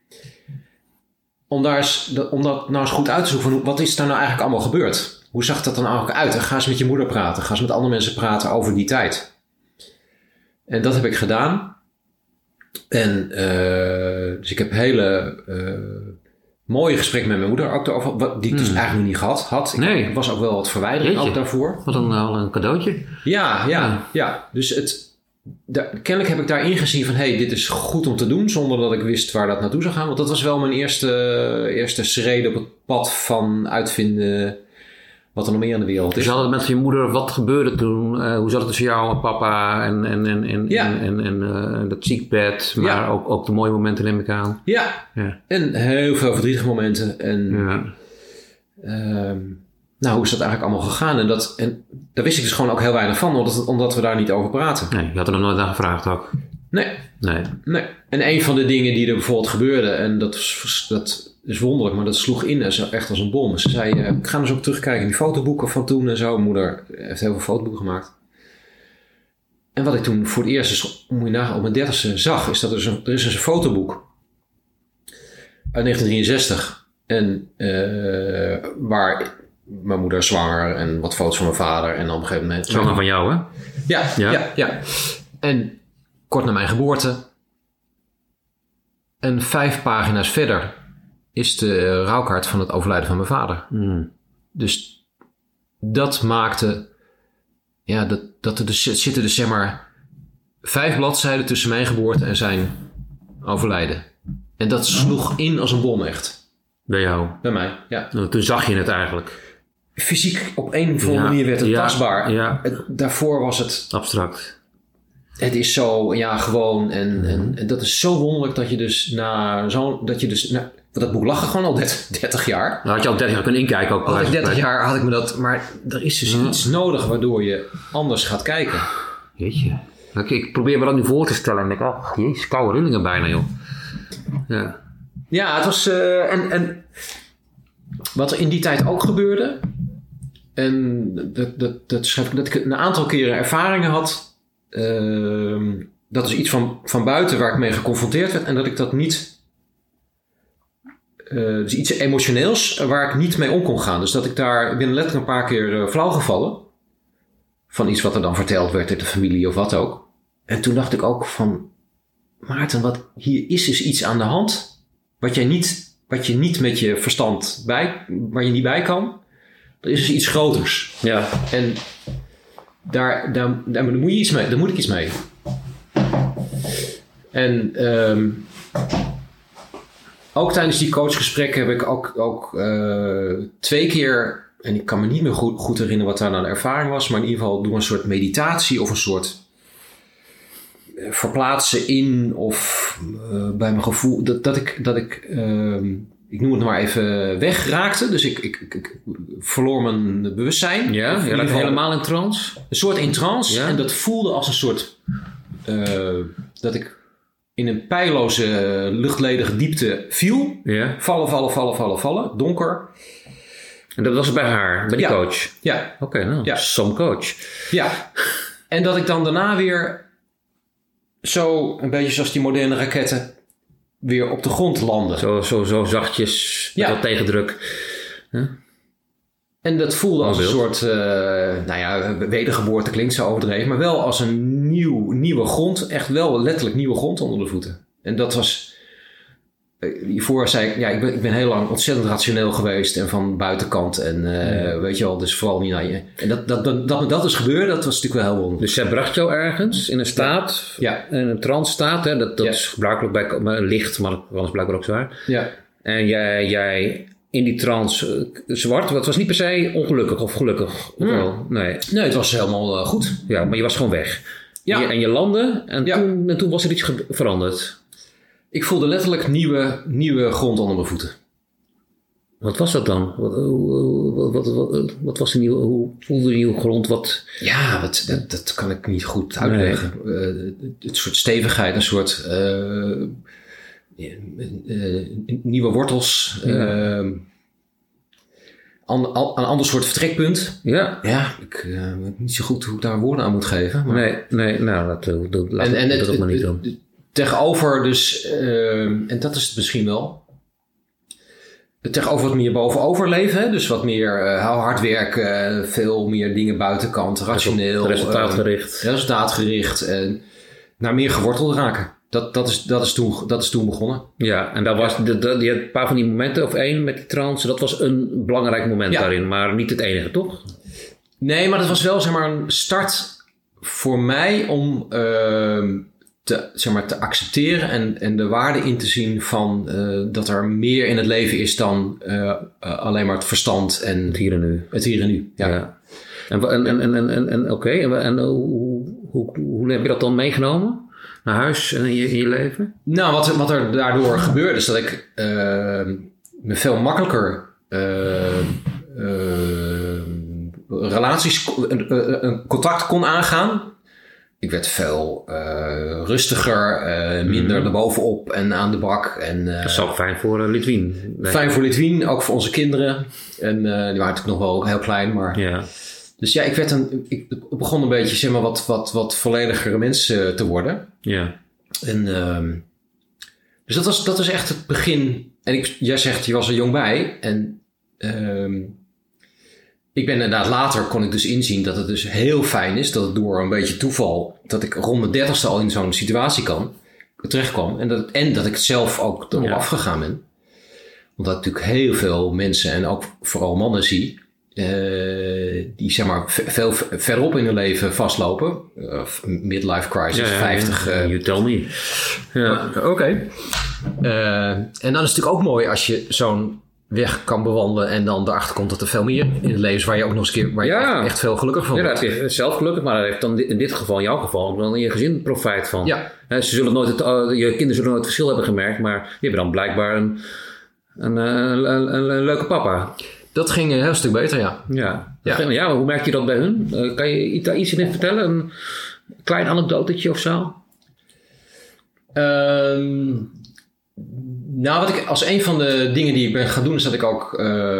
Om dat nou eens goed uit te zoeken van wat is daar nou eigenlijk allemaal gebeurd? Hoe zag dat dan eigenlijk uit? En ga eens met je moeder praten. Ga eens met andere mensen praten over die tijd. En dat heb ik gedaan. En dus ik heb hele mooie gesprekken met mijn moeder ook daarover, die ik dus eigenlijk nog niet gehad had. Ik was ook wel wat verwijdering ook daarvoor. Wat een cadeautje. Ja. Dus kennelijk heb ik daarin gezien van dit is goed om te doen, zonder dat ik wist waar dat naartoe zou gaan. Want dat was wel mijn eerste schrede op het pad van uitvinden wat er nog meer in de wereld is. Dus je had het met je moeder, wat gebeurde toen? Hoe zat het tussen jou en papa en dat ziekbed, maar ook de mooie momenten neem ik aan. Ja. En heel veel verdrietige momenten. En hoe is dat eigenlijk allemaal gegaan? En daar wist ik dus gewoon ook heel weinig van, omdat we daar niet over praten. Nee, je had er nog nooit naar gevraagd ook. Nee. En een van de dingen die er bijvoorbeeld gebeurde, en dat is wonderlijk, maar dat sloeg in echt als een bom. Ze zei, ik ga eens ook terugkijken in die fotoboeken van toen en zo. Mijn moeder heeft heel veel fotoboeken gemaakt. En wat ik toen voor het eerst, dus, moet je nagaan, op mijn 30ste zag, is dat er is een fotoboek uit 1963. En waar mijn moeder zwanger en wat foto's van mijn vader. En dan op een gegeven moment... Zwanger van jou, hè? Ja. En kort na mijn geboorte. En 5 pagina's verder is de rouwkaart van het overlijden van mijn vader. Dus dat maakte... dat er dus zitten dus zeg maar 5 bladzijden tussen mijn geboorte en zijn overlijden. En dat sloeg in als een bom echt. Bij jou? Bij mij, ja. Toen zag je het eigenlijk. Fysiek op een of andere manier werd het tastbaar. Ja. Daarvoor was het... abstract. Het is zo, gewoon. En dat is zo wonderlijk dat je dus dat boek lag er gewoon al 30 jaar. Nou, had je al 30 jaar kunnen inkijken ook. Al 30 jaar had ik me dat... Maar er is dus iets nodig waardoor je anders gaat kijken. Jeetje. Ik probeer me dat nu voor te stellen. En denk jezus, koude rillingen bijna, joh. Ja. Ja, het was... En wat er in die tijd ook gebeurde... En dat schrijf ik, dat ik een aantal keren ervaringen had... dat is iets van buiten waar ik mee geconfronteerd werd. En dat ik dat niet... dus iets emotioneels waar ik niet mee om kon gaan. Dus dat ik ben letterlijk een paar keer flauw gevallen. Van iets wat er dan verteld werd uit de familie of wat ook. En toen dacht ik ook van... Maarten, hier is dus iets aan de hand... Wat je niet met je verstand waar je niet bij kan. Er is dus iets groters. Ja. En daar moet je iets mee. Daar moet ik iets mee. En ook tijdens die coachgesprekken heb ik ook 2 keer... En ik kan me niet meer goed herinneren wat daar nou de ervaring was. Maar in ieder geval door een soort meditatie of een soort... verplaatsen in of bij mijn gevoel dat ik noem het maar even wegraakte. Dus ik verloor mijn bewustzijn. Ja, je raakte helemaal in trance. Een soort in trance. Ja. En dat voelde als een soort dat ik in een pijloze luchtledige diepte viel. Ja. Vallen. Donker. En dat was bij haar, bij die coach? Ja. Oké, some coach. Ja. En dat ik dan daarna weer zo een beetje zoals die moderne raketten weer op de grond landen. Zo zachtjes, met wat tegendruk. Huh? En dat voelde als een soort, wedergeboorte klinkt zo overdreven, maar wel als een nieuwe grond, echt wel letterlijk nieuwe grond onder de voeten. En dat was, hiervoor zei ik, ik ben heel lang ontzettend rationeel geweest en van buitenkant en weet je wel, dus vooral niet naar je. En dat is gebeurd, dat was natuurlijk wel heel wonderlijk. Dus zij bracht jou ergens in een staat, in een trance staat, hè? Dat is gebruikelijk bij licht, maar dat was blijkbaar ook zwaar. Ja. En jij in die trance zwart. Het was niet per se ongelukkig of gelukkig. Nee, het was helemaal goed. Ja, maar je was gewoon weg. Ja. En je landde en toen was er iets veranderd. Ik voelde letterlijk nieuwe grond onder mijn voeten. Wat was dat dan? Wat was de nieuwe? Hoe voelde de nieuwe grond? Ja, dat kan ik niet goed uitleggen. Nee. Het soort stevigheid, een soort nieuwe wortels. Ja. Een ander soort vertrekpunt. Ja. Ja, ik weet niet zo goed hoe ik daar woorden aan moet geven. Maar... Nee, nou, laat dat ook maar niet doen. Tegenover dus, en dat is het misschien wel... Tegenover wat meer bovenover leven. Hè? Dus wat meer hard werken, veel meer dingen buitenkant, rationeel. Resultaatgericht. En naar meer geworteld raken. Dat is toen begonnen. Ja, en daar was je had een paar van die momenten, of één met die trance. Dat was een belangrijk moment daarin, maar niet het enige, toch? Nee, maar dat was wel zeg maar een start voor mij om... te accepteren en de waarde in te zien van dat er meer in het leven is dan alleen maar het verstand en het hier en nu. Het hier en nu, ja. En oké, en hoe heb je dat dan meegenomen naar huis en in je leven? Nou, wat er daardoor gebeurde is dat ik me veel makkelijker relaties, een contact kon aangaan. Ik werd veel rustiger, minder erbovenop en aan de bak. Dat is ook fijn voor Litwien. Fijn voor Litwien, ook voor onze kinderen. En die waren natuurlijk nog wel heel klein. Maar... Ja. Dus ja, ik begon een beetje zeg maar, wat volledigere mensen te worden. Ja. En, dus dat was echt het begin. En jij zegt, je was er jong bij. En... ik ben inderdaad later kon ik dus inzien dat het dus heel fijn is dat het door een beetje toeval dat ik rond mijn 30ste al in zo'n situatie terechtkwam en dat ik zelf ook erop afgegaan ben. Omdat ik natuurlijk heel veel mensen en ook vooral mannen zie die zeg maar veel verderop in hun leven vastlopen. Midlife crisis, 50. You tell me. Ja. Oké. En dan is het natuurlijk ook mooi als je zo'n weg kan bewandelen en dan erachter komt dat er veel meer in het leven is waar je ook nog eens een keer echt veel gelukkiger van wordt. Ja, daar heb je zelf gelukkig, maar daar heeft dan in dit geval, in jouw geval, dan in je gezin profijt van. Ja. Ze zullen nooit je kinderen zullen nooit het verschil hebben gemerkt, maar die hebben dan blijkbaar een leuke papa. Dat ging een heel stuk beter, ja. Ja, hoe merk je dat bij hun? Kan je daar iets in vertellen? Een klein anekdotetje of zo? Nou, wat ik als een van de dingen die ik ben gaan doen, is dat ik ook,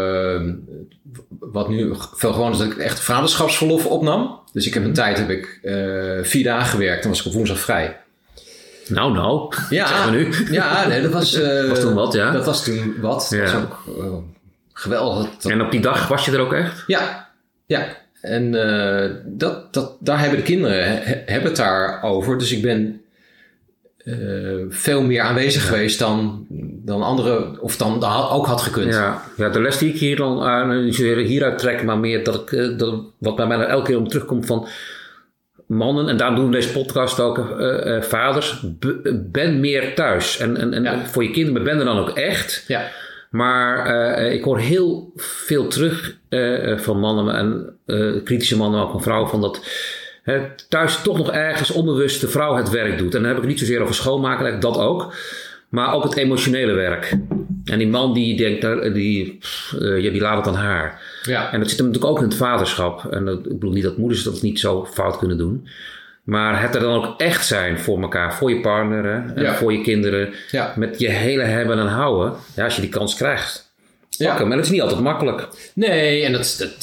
wat nu veel gewoon is, dat ik echt vaderschapsverlof opnam. Dus ik heb een tijd 4 dagen gewerkt en was ik op woensdag vrij. Nou, ja, zeggen we nu. Ja, nee, dat was... was toen wat, ja. Dat was toen wat. Ja. Dat was ook geweldig. En op die dag was je er ook echt? Ja. En daar hebben de kinderen het daar over. Dus ik ben veel meer aanwezig geweest dan anderen, of dan ook had gekund. Ja, de les die ik hier dan hieruit trek, maar meer dat wat bij mij elke keer om terugkomt van mannen, en daarom doen we deze podcast ook, vaders, ben meer thuis. En voor je kinderen, ben er dan ook echt. Ja. Maar ik hoor heel veel terug van mannen en kritische mannen, ook van vrouwen, van dat thuis toch nog ergens onbewust de vrouw het werk doet. En dan heb ik het niet zozeer over schoonmaken, dat ook. Maar ook het emotionele werk. En die man die denkt, die laat het aan haar. Ja. En dat zit hem natuurlijk ook in het vaderschap. En ik bedoel niet dat moeders dat niet zo fout kunnen doen. Maar het er dan ook echt zijn voor elkaar, voor je partner en voor je kinderen. Ja. Met je hele hebben en houden. Ja, als je die kans krijgt. Pakken. Maar dat is niet altijd makkelijk. Nee, en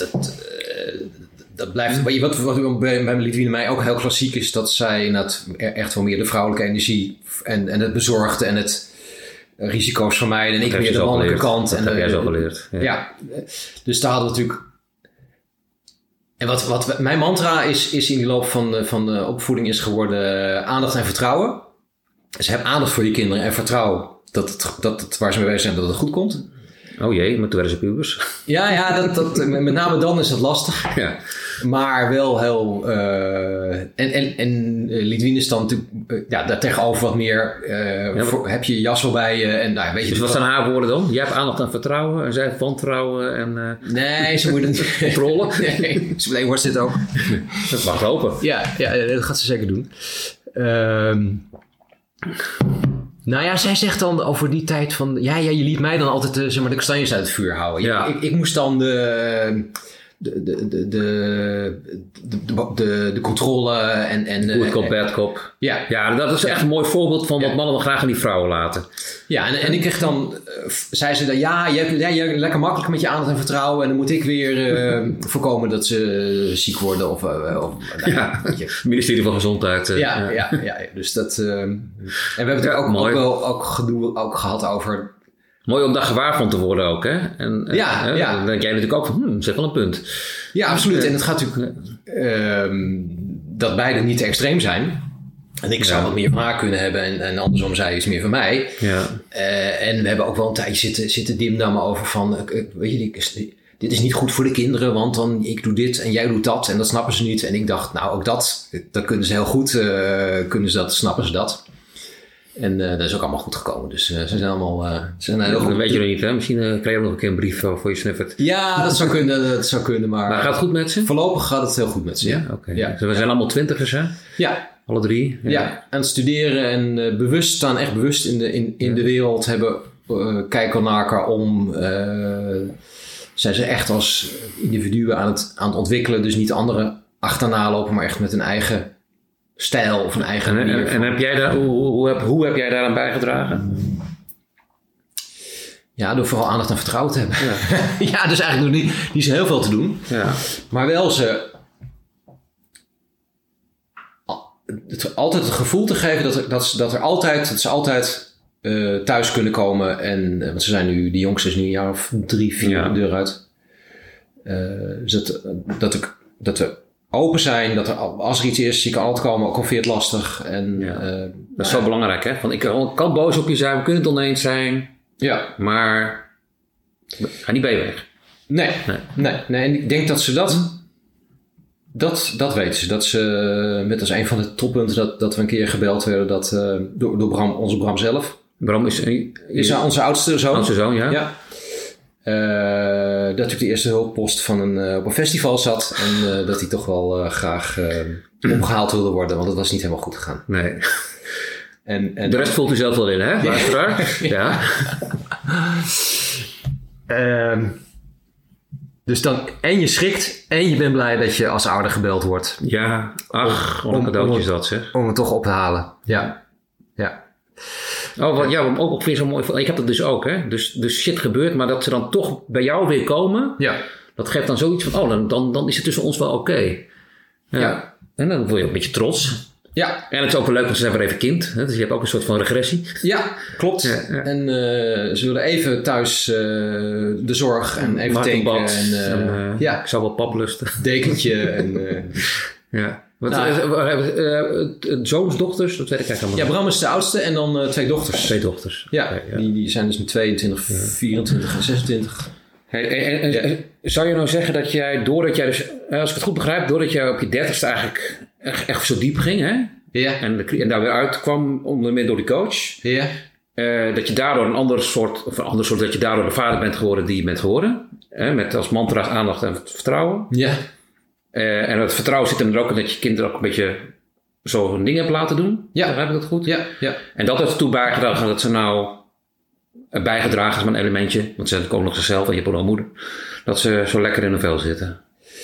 dat blijft... Wat bij Litwien en mij ook heel klassiek is, dat zij echt wel meer de vrouwelijke energie en het bezorgde en het risico's vermijden. En ik meer de mannelijke kant. Dat heb jij zo geleerd. Ja, dus daar hadden we natuurlijk... En wat mijn mantra is in die loop van de opvoeding is geworden aandacht en vertrouwen. Dus heb aandacht voor je kinderen en vertrouw dat waar ze mee bezig zijn, dat het goed komt. Oh jee, maar toen werden ze pubers. Ja, met name dan is dat lastig. Ja. Maar wel heel... En Lidwien is dan natuurlijk... daar tegenover wat meer... heb je jas wel bij je. En, weet je, dus wat zijn haar woorden dan? Jij hebt aandacht aan vertrouwen. En zij heeft wantrouwen. En, nee, ze moeten niet... Controle? Nee, ze wordt dit ook. Dat mag hopen. Ja, dat gaat ze zeker doen. Nou ja, zij zegt dan over die tijd van... Ja, je liet mij dan altijd de kastanjes uit het vuur houden. Ja. Ik moest dan de controle en Good cop, bad cop. Ja, dat is echt een mooi voorbeeld van wat mannen dan graag aan die vrouwen laten. Ja, en ik kreeg dan... zei ze dan... Ja, je hebt lekker makkelijk met je aandacht en vertrouwen... en dan moet ik weer voorkomen dat ze ziek worden of het ministerie van Gezondheid. Ja, dus dat... en we hebben het ook gedoe gehad over... Mooi om daar gewaar van te worden ook, hè? Dan denk jij natuurlijk ook van, zeg wel een punt. Ja, absoluut. En het gaat natuurlijk dat beide niet te extreem zijn. En ik zou wat meer van haar kunnen hebben en andersom zij iets meer van mij. Ja. En we hebben ook wel een tijdje zitten dimdammen over van, weet je, dit is niet goed voor de kinderen, want dan ik doe dit en jij doet dat en dat snappen ze niet. En ik dacht, nou ook dat kunnen ze heel goed, snappen ze dat. En dat is ook allemaal goed gekomen. Dus ze zijn allemaal... heel goed. Dat weet je nog niet, hè? Misschien krijg je nog een keer een brief voor je snuffert. Ja, dat zou kunnen. Maar gaat het goed met ze? Voorlopig gaat het heel goed met ze. Ja, oké. Ja. Dus we zijn allemaal 20'ers, hè? Ja. Alle 3. Ja, aan het studeren en staan echt bewust in de wereld. Kijken naar elkaar om. Zijn ze echt als individuen aan het ontwikkelen. Dus niet anderen achterna lopen, maar echt met een eigen... stijl of een eigen manier. En heb jij daar, hoe heb jij daaraan bijgedragen? Ja, door vooral aandacht en vertrouwen te hebben. Ja, dus eigenlijk nog niet zo heel veel te doen. Ja. Maar wel altijd het gevoel te geven dat ze altijd thuis kunnen komen. En, want ze zijn nu, die jongste is nu een jaar of 3, 4 de deur uit. Dus dat we open zijn, dat als er iets is, je kan altijd komen, ook al vind je het lastig. En, dat is zo belangrijk, hè? Want ik kan boos op je zijn, we kunnen het oneens zijn. Ja. Maar ga niet bij je weg. Nee. En ik denk dat ze dat weten ze. Dat ze, met als een van de toppunten dat we een keer gebeld werden door Bram, onze Bram zelf. Bram is onze oudste zoon. Oudste zoon, ja. Dat ik de eerste hulppost op een festival zat. En dat hij toch wel graag opgehaald wilde worden. Want het was niet helemaal goed gegaan. Nee. En de rest voelt u zelf wel in, hè? Luisteraar? Ja. Dus dan... En je schrikt. En je bent blij dat je als ouder gebeld wordt. Ja. Ach, wat een cadeautje is dat, zeg. Om het toch op te halen. Ja. Ook weer zo mooi. Ik heb dat dus ook, hè. Dus shit gebeurt, maar dat ze dan toch bij jou weer komen. Ja. Dat geeft dan zoiets van, dan is het tussen ons wel oké. Ja. En dan word je ook een beetje trots. Ja. En het is ook wel leuk, want ze zijn weer even kind. Hè? Dus je hebt ook een soort van regressie. Ja, klopt. Ja. En ze willen even thuis de zorg en even tanken. Ik zou wel pap lusten. Dekentje en... ja. Zoons, dochters, dat weet ik eigenlijk allemaal. Ja, Bram is de oudste en dan 2 dochters. 2 dochters. Ja, okay, die zijn dus nu 22, 24 en 26. Zou je nou zeggen dat jij, doordat jij dus, als ik het goed begrijp, doordat jij op je 30ste eigenlijk echt zo diep ging, hè? Ja. En daar weer uitkwam, onder meer door die coach. Ja. Dat je daardoor een ander soort, dat je daardoor de vader bent geworden die je bent geworden. Met als mantra aandacht en vertrouwen. Ja. En het vertrouwen zit er ook in dat je kinderen ook een beetje zo'n ding hebt laten doen. Ja. Begrijp ik dat goed? Ja. En dat heeft ertoe bijgedragen dat ze nou bijgedragen is met een elementje. Want ze komen nog zichzelf en je hebt ook een moeder. Dat ze zo lekker in hun vel zitten.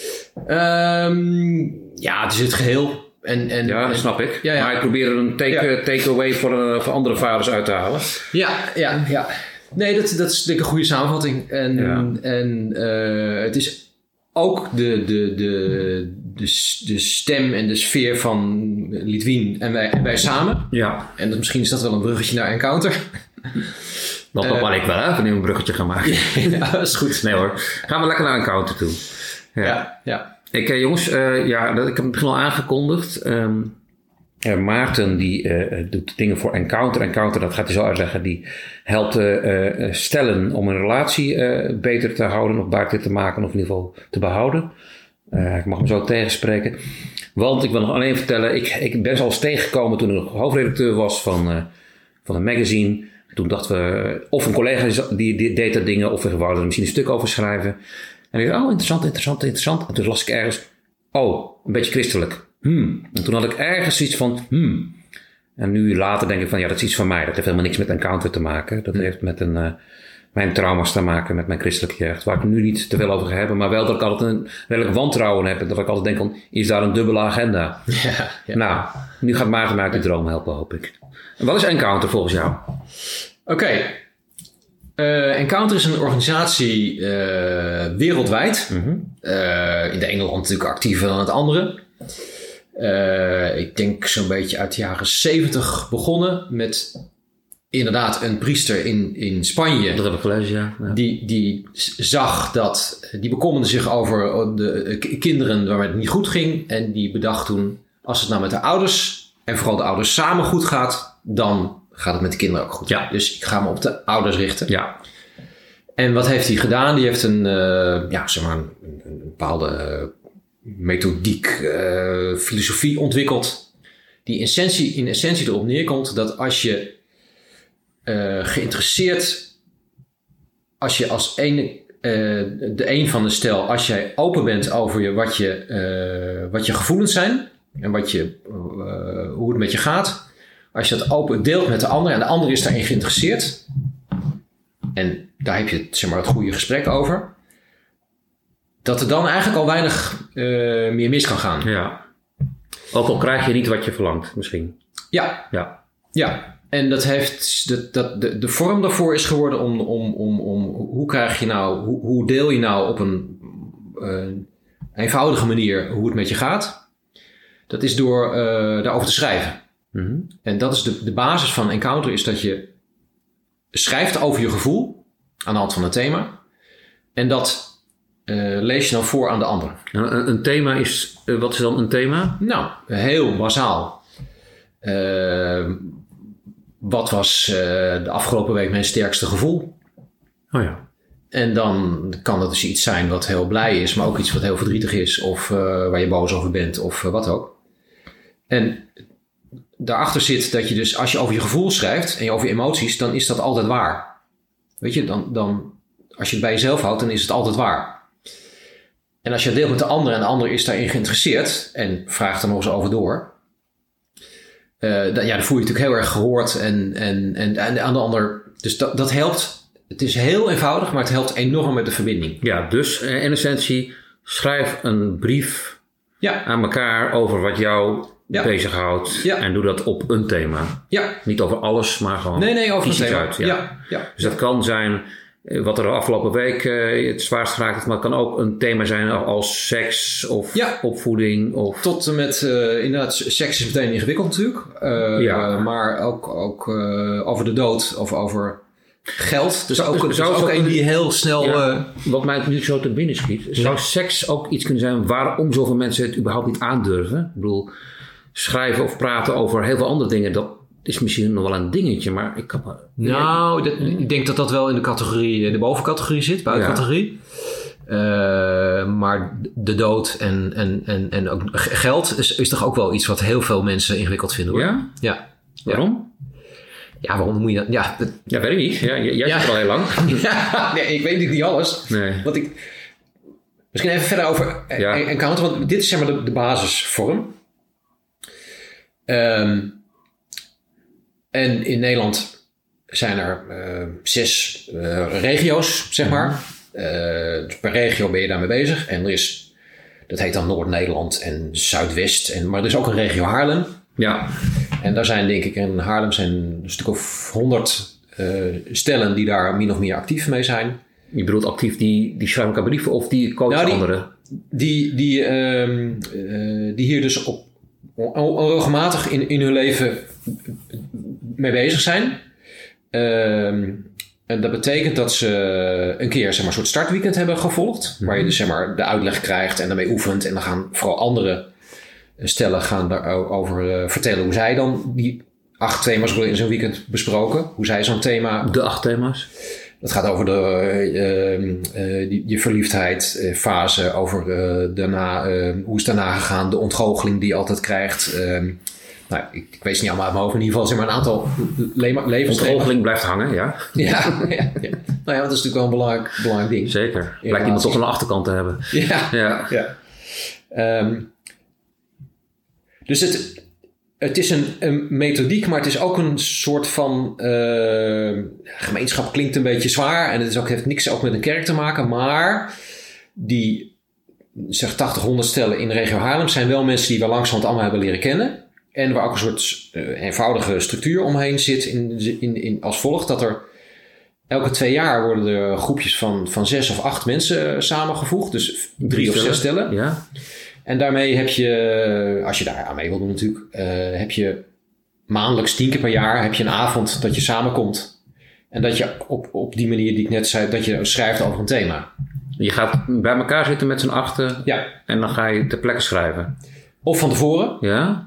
Het is het geheel. Dat snap ik. Ja. Maar ik probeer er een take-away voor andere vaders uit te halen. Ja. Nee, dat is denk ik een goede samenvatting. En het is ook de stem en de sfeer van Lidwien en wij samen. Ja. En misschien is dat wel een bruggetje naar Encounter. Dat bepaal ik wel, hè? Wanneer we een bruggetje gaan maken. Ja, dat is goed. Nee hoor. Gaan we lekker naar Encounter toe. Ja. Jongens, ik heb het begin al aangekondigd. Maarten die doet dingen voor Encounter. Encounter, dat gaat hij zo uitleggen, die helpt stellen om een relatie beter te houden of beter te maken of in ieder geval te behouden. Ik mag hem zo tegenspreken. Want ik wil nog alleen vertellen, ik ben ze al eens tegengekomen toen ik nog hoofdredacteur was van een magazine. Toen dachten we, of een collega die deed dat dingen, of we wouden er misschien een stuk over schrijven. En ik dacht, interessant. En toen las ik ergens, een beetje christelijk. En toen had ik ergens iets van, En nu later denk ik van, dat is iets van mij. Dat heeft helemaal niks met Encounter te maken. Dat heeft met mijn trauma's te maken met mijn christelijke jeugd. Waar ik nu niet te veel over ga hebben. Maar wel dat ik altijd een redelijk wantrouwen heb. En dat ik altijd denk van, is daar een dubbele agenda? Ja. Nou, nu gaat Maarten mij uit die droom helpen, hoop ik. En wat is Encounter volgens jou? Oké. Encounter is een organisatie wereldwijd. In de ene land natuurlijk actiever dan het andere. Ik denk zo'n beetje uit de jaren 70 begonnen met inderdaad een priester in Spanje. Dat heb ik gelezen, ja. Die zag dat, die bekommerde zich over de kinderen waarmee het niet goed ging. En die bedacht toen, als het nou met de ouders en vooral de ouders samen goed gaat, dan gaat het met de kinderen ook goed. Ja. Dus ik ga me op de ouders richten. Ja. En wat heeft hij gedaan? Die heeft een bepaalde methodiek, filosofie ontwikkeld. Die in essentie erop neerkomt dat als je geïnteresseerd, als je als een van de stel, als jij open bent over wat je gevoelens zijn en hoe het met je gaat, als je dat open deelt met de ander en de ander is daarin geïnteresseerd en daar heb je het goede gesprek over, dat er dan eigenlijk al weinig meer mis kan gaan. Ja. Ook al krijg je niet wat je verlangt, misschien. Ja. En dat heeft de vorm daarvoor is geworden om hoe krijg je nou, hoe deel je nou op een eenvoudige manier hoe het met je gaat. Dat is door daarover te schrijven. Mm-hmm. En dat is de basis van Encounter, is dat je schrijft over je gevoel aan de hand van een thema. En dat lees je dan voor aan de ander. Een thema is, wat is dan een thema? Nou, heel bazaal. Wat was de afgelopen week mijn sterkste gevoel? Oh ja. En dan kan dat dus iets zijn wat heel blij is, maar ook iets wat heel verdrietig is, of waar je boos over bent, of wat ook. En daarachter zit dat je dus, als je over je gevoel schrijft en je over je emoties, dan is dat altijd waar. Weet je, dan als je het bij jezelf houdt, dan is het altijd waar. En als je het deelt met de ander en de ander is daarin geïnteresseerd en vraagt er nog eens over door, dan voel je je natuurlijk heel erg gehoord en aan de ander. Dus dat helpt. Het is heel eenvoudig, maar het helpt enorm met de verbinding. Ja, dus in essentie, schrijf een brief aan elkaar over wat jou bezighoudt. Ja. En doe dat op een thema. Ja. Niet over alles, maar gewoon nee, over een thema. Uit. Ja. Dus dat kan zijn wat er de afgelopen week het zwaarst geraakt heeft, maar het kan ook een thema zijn als seks of opvoeding. Of tot en met, inderdaad, seks is meteen ingewikkeld natuurlijk. Maar ook over de dood of over geld. Dus ook een die heel snel... wat mij nu zo te binnen schiet. Zou seks ook iets kunnen zijn waarom zoveel mensen het überhaupt niet aandurven? Ik bedoel, schrijven of praten over heel veel andere dingen, dat is misschien nog wel een dingetje, maar ik kan... ik denk dat wel in de categorie, de bovencategorie zit, buitencategorie. Maar de dood en ook geld is toch ook wel iets wat heel veel mensen ingewikkeld vinden, hoor. Ja? Waarom? Ja, waarom moet je dat? Ja, weet ik niet. Ja, jij zit er al heel lang. Ik weet niet alles. Nee. Want misschien even verder over Encounter, want dit is zeg maar de basisvorm. En in Nederland zijn er 6 regio's, zeg maar. Per regio ben je daarmee bezig. En dat heet dan Noord-Nederland en Zuidwest. Maar er is ook een regio Haarlem. Ja. En daar zijn, denk ik, in Haarlem zijn een stuk of 100 stellen die daar min of meer actief mee zijn. Je bedoelt actief, die schrijven elkaar brieven of die coachen anderen? Die hier dus onregelmatig in hun leven mee bezig zijn. En dat betekent dat ze een keer een soort startweekend hebben gevolgd. Mm-hmm. Waar je dus de uitleg krijgt en daarmee oefent. En dan gaan vooral andere stellen daarover vertellen hoe zij dan die 8 thema's worden in zo'n weekend besproken. Hoe zij zo'n thema... De 8 thema's? Het gaat over je verliefdheid fase, over daarna, hoe is het daarna gegaan, de ontgoocheling die je altijd krijgt. Nou, ik weet het niet allemaal uit mijn hoofd, in ieder geval zeg maar een aantal levens. Ontgoocheling blijft hangen, ja. Ja. Nou ja, dat is natuurlijk wel een belangrijk ding. Zeker. Lijkt iemand toch een achterkant te hebben. Ja. Dus het is een methodiek, maar het is ook een soort van gemeenschap klinkt een beetje zwaar. En het heeft niks ook met een kerk te maken. Maar die 80, 100 stellen in de regio Haarlem zijn wel mensen die we langzamerhand allemaal hebben leren kennen. En waar ook een soort eenvoudige structuur omheen zit in als volgt. Dat er elke 2 jaar worden er groepjes van 6 of 8 mensen samengevoegd. Dus 3 of 6 stellen. Ja. En daarmee heb je, als je daar aan mee wil doen natuurlijk, heb je maandelijks 10 keer per jaar heb je een avond dat je samenkomt. En dat je op die manier die ik net zei, dat je schrijft over een thema. Je gaat bij elkaar zitten met z'n 8 en dan ga je ter plekke schrijven. Of van tevoren. Ja.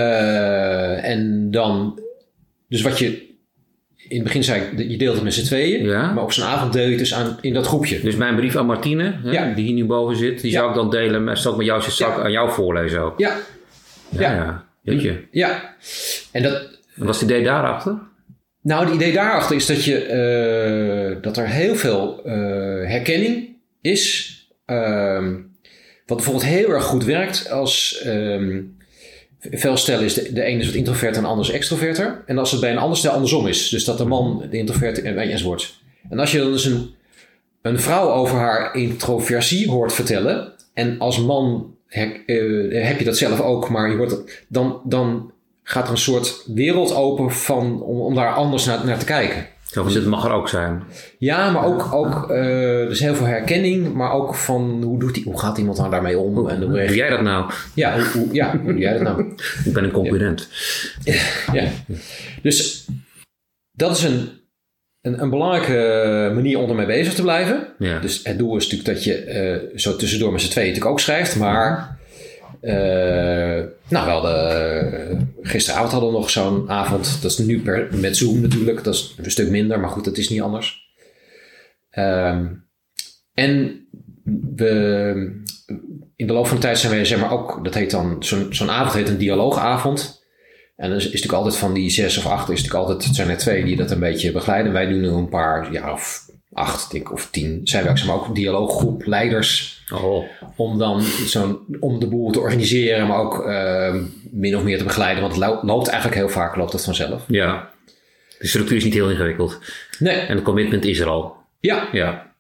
En dan, dus wat je in het begin zei ik, je deelt het met z'n tweeën. Ja. Maar op zo'n avond deel je het dus in dat groepje. Dus mijn brief aan Martine, die hier nu boven zit, die zou ik dan delen met jou aan jou voorlezen ook. Ja. Jeetje. Ja. En dat. Wat was het idee daarachter? Nou, het idee daarachter is dat dat er heel veel herkenning is. Wat bijvoorbeeld heel erg goed werkt als veel stellen is de ene is wat introvert en de ander is extroverter. En als het bij een ander stel andersom is. Dus dat de man de introvert enzovoort. En als je dan dus een vrouw over haar introversie hoort vertellen. En als man heb je dat zelf ook. Maar je hoort het, dan gaat er een soort wereld open om daar anders naar te kijken. Dus het mag er ook zijn. Ja, maar ook dus heel veel herkenning, maar ook van hoe gaat iemand daarmee om? Hoe doe jij dat nou? Ja, hoe doe jij dat nou? Ik ben een concurrent. Ja. Dus dat is een belangrijke manier om ermee bezig te blijven. Ja. Dus het doel is natuurlijk dat je zo tussendoor met z'n tweeën natuurlijk ook schrijft, maar gisteravond hadden we nog zo'n avond. Dat is nu met Zoom natuurlijk. Dat is een stuk minder, maar goed, dat is niet anders. En in de loop van de tijd zijn we zeg maar ook, dat heet dan, zo'n avond heet een dialoogavond. En dan is natuurlijk altijd van die 6 of 8, het zijn er 2 die dat een beetje begeleiden. Wij doen nu een paar, of 8 denk ik, of 10. Zijn we ook een dialooggroep leiders. Om dan om de boel te organiseren, maar ook min of meer te begeleiden. Want het loopt eigenlijk heel vaak dat vanzelf. Ja, de structuur is niet heel ingewikkeld. Nee. En de commitment is er al. Ja.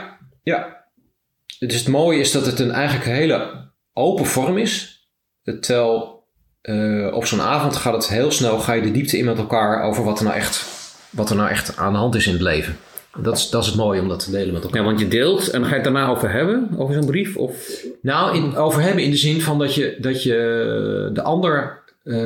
Dus het mooie is dat het eigenlijk een hele open vorm is. Terwijl op zo'n avond gaat het heel snel, ga je de diepte in met elkaar over wat er nou echt aan de hand is in het leven. Dat is het mooie om dat te delen met elkaar. Ja, want je deelt en ga je het daarna over hebben? Over zo'n brief? Of? Nou, over hebben in de zin van dat je de ander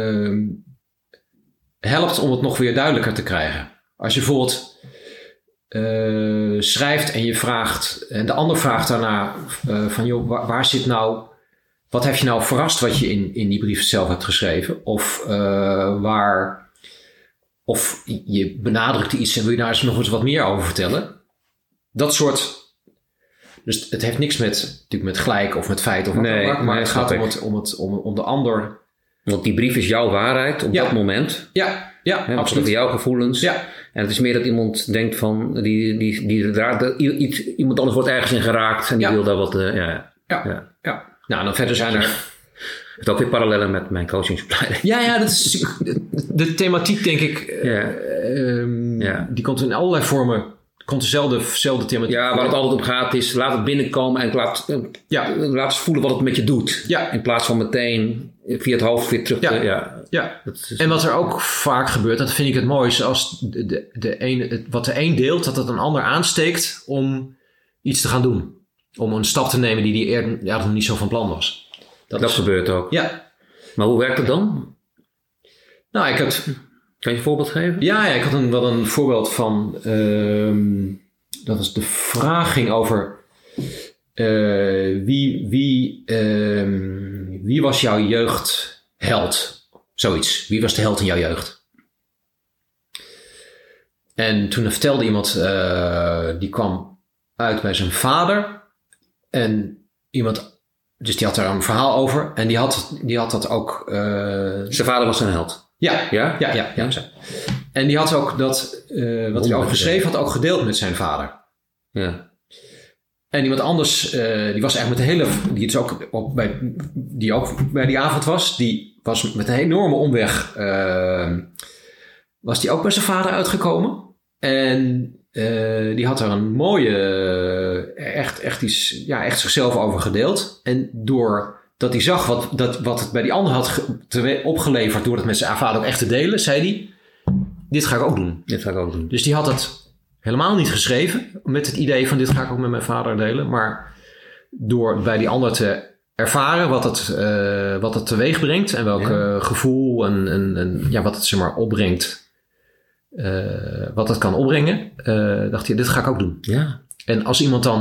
helpt om het nog weer duidelijker te krijgen. Als je bijvoorbeeld schrijft en je vraagt, en de ander vraagt daarna van joh, waar zit nou, wat heb je nou verrast wat je in die brief zelf hebt geschreven? Of je benadrukt iets en wil je daar eens nog eens wat meer over vertellen. Dat soort. Dus het heeft niks natuurlijk met gelijk of met feit of wat dan ook. Maar het gaat om de ander. Want die brief is jouw waarheid op dat moment. Ja, absoluut. Jouw gevoelens. Ja. En het is meer dat iemand denkt van iemand anders wordt ergens in geraakt en die wil daar wat. Ja. Nou, dan verder zijn er. Het ook weer parallellen met mijn coachingsopleiding. Ja, dat is de thematiek, denk ik. Die komt in allerlei vormen. Komt dezelfde thematiek. Ja, waar het altijd om gaat is laat het binnenkomen en laat eens voelen wat het met je doet. Ja. In plaats van meteen via het hoofd weer terug te. En wat er ook vaak gebeurt, dat vind ik het mooiste, als wat de een deelt, dat het een ander aansteekt om iets te gaan doen. Om een stap te nemen die eerder nog niet zo van plan was. Dat gebeurt ook. Ja. Maar hoe werkt het dan? Nou, kan je een voorbeeld geven? Ja, ik had wel een voorbeeld van. Dat was de vraag ging over wie was jouw jeugdheld? Zoiets. Wie was de held in jouw jeugd? En toen vertelde iemand, die kwam uit bij zijn vader. En iemand, dus die had daar een verhaal over. En die had dat ook... Zijn vader was een held. Ja. En die had ook dat, wat hij over geschreven had, ook gedeeld met zijn vader. Ja. En iemand anders, die was eigenlijk met de hele... Die ook bij die avond was. Die was met een enorme omweg... was die ook bij zijn vader uitgekomen. En die had er een mooie... echt zichzelf over gedeeld. En doordat hij zag wat het bij die ander had opgeleverd... door het met zijn vader ook echt te delen... zei hij... Dit ga ik ook doen. Dus die had het helemaal niet geschreven... met het idee van dit ga ik ook met mijn vader delen. Maar door bij die ander te ervaren... wat het teweeg brengt... en welk gevoel en wat het zeg maar opbrengt... wat het kan opbrengen... dacht hij, dit ga ik ook doen. Ja. En als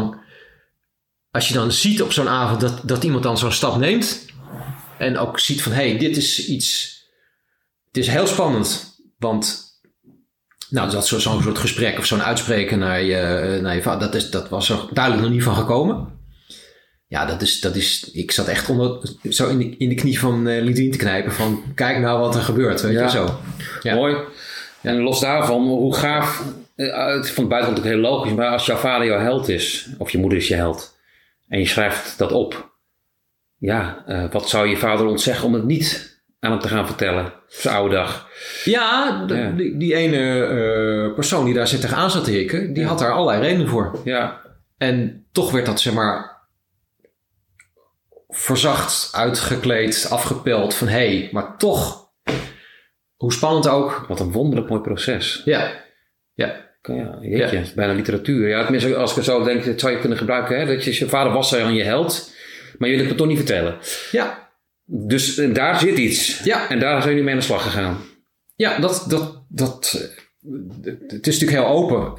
je dan ziet op zo'n avond... dat iemand dan zo'n stap neemt... en ook ziet van... dit is iets... Het is heel spannend... Want... Nou, dat zo'n soort gesprek of zo'n uitspreken naar je vader, dat was er duidelijk nog niet van gekomen. Ja, dat is ik zat echt zo in de knie van Lidwien te knijpen van kijk nou wat er gebeurt, weet je zo. Ja. Mooi. En los daarvan, hoe gaaf, het vond buiten natuurlijk heel logisch, maar als jouw vader jouw held is, of je moeder is je held, en je schrijft dat op, wat zou je vader ontzeggen om het niet aan hem te gaan vertellen, op zijn oude dag? Ja, die ene persoon die daar tegenaan zat te hikken, die had daar allerlei redenen voor. Ja. En toch werd dat, zeg maar, verzacht, uitgekleed, afgepeld van maar toch, hoe spannend ook. Wat een wonderlijk mooi proces. Ja. Jeetje, het is bijna literatuur. Ja, tenminste, als ik het zo denk, dat zou je kunnen gebruiken. Hè? Dat je vader was aan je held, maar je wil het toch niet vertellen. Ja. Dus daar zit iets. Ja. En daar zijn jullie mee aan de slag gegaan. Ja, het is natuurlijk heel open.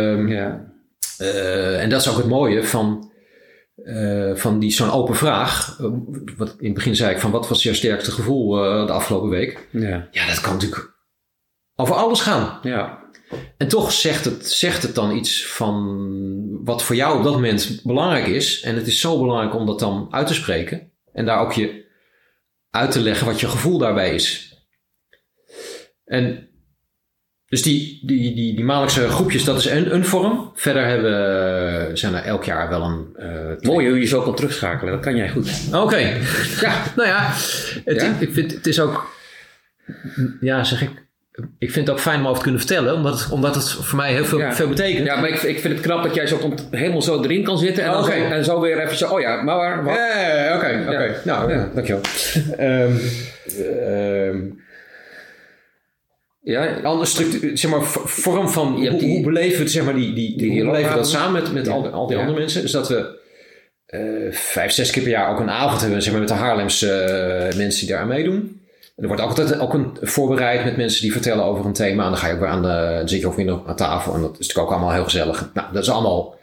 En dat is ook het mooie van zo'n open vraag. Wat in het begin zei ik van wat was jouw sterkste gevoel de afgelopen week? Ja, dat kan natuurlijk over alles gaan. Ja. En toch zegt het dan iets van wat voor jou op dat moment belangrijk is. En het is zo belangrijk om dat dan uit te spreken. En daar ook je uit te leggen wat je gevoel daarbij is. En dus die maandelijkse groepjes, dat is een vorm. Verder zijn er elk jaar wel een... Mooi hoe je zo kan terugschakelen, dat kan jij goed. Oké. Ja, nou ja. Ik vind het is ook... Ja, zeg ik... Ik vind het ook fijn om over te kunnen vertellen, omdat het voor mij heel veel betekent. Ja, maar ik vind het knap dat jij helemaal zo erin kan zitten en zo weer even zo, maar wat? Oké. Nou, dankjewel. Andere structuur, zeg maar, vorm van hoe beleven we, zeg maar, hoe beleven we dat samen met al die andere mensen. Dus dat we 5-6 keer per jaar ook een avond hebben, zeg maar, met de Haarlemse mensen die daar aan meedoen. Er wordt altijd ook een voorbereid met mensen die vertellen over een thema. En dan ga je ook weer dan zit je ook weer aan tafel. En dat is natuurlijk ook allemaal heel gezellig. Nou, dat is allemaal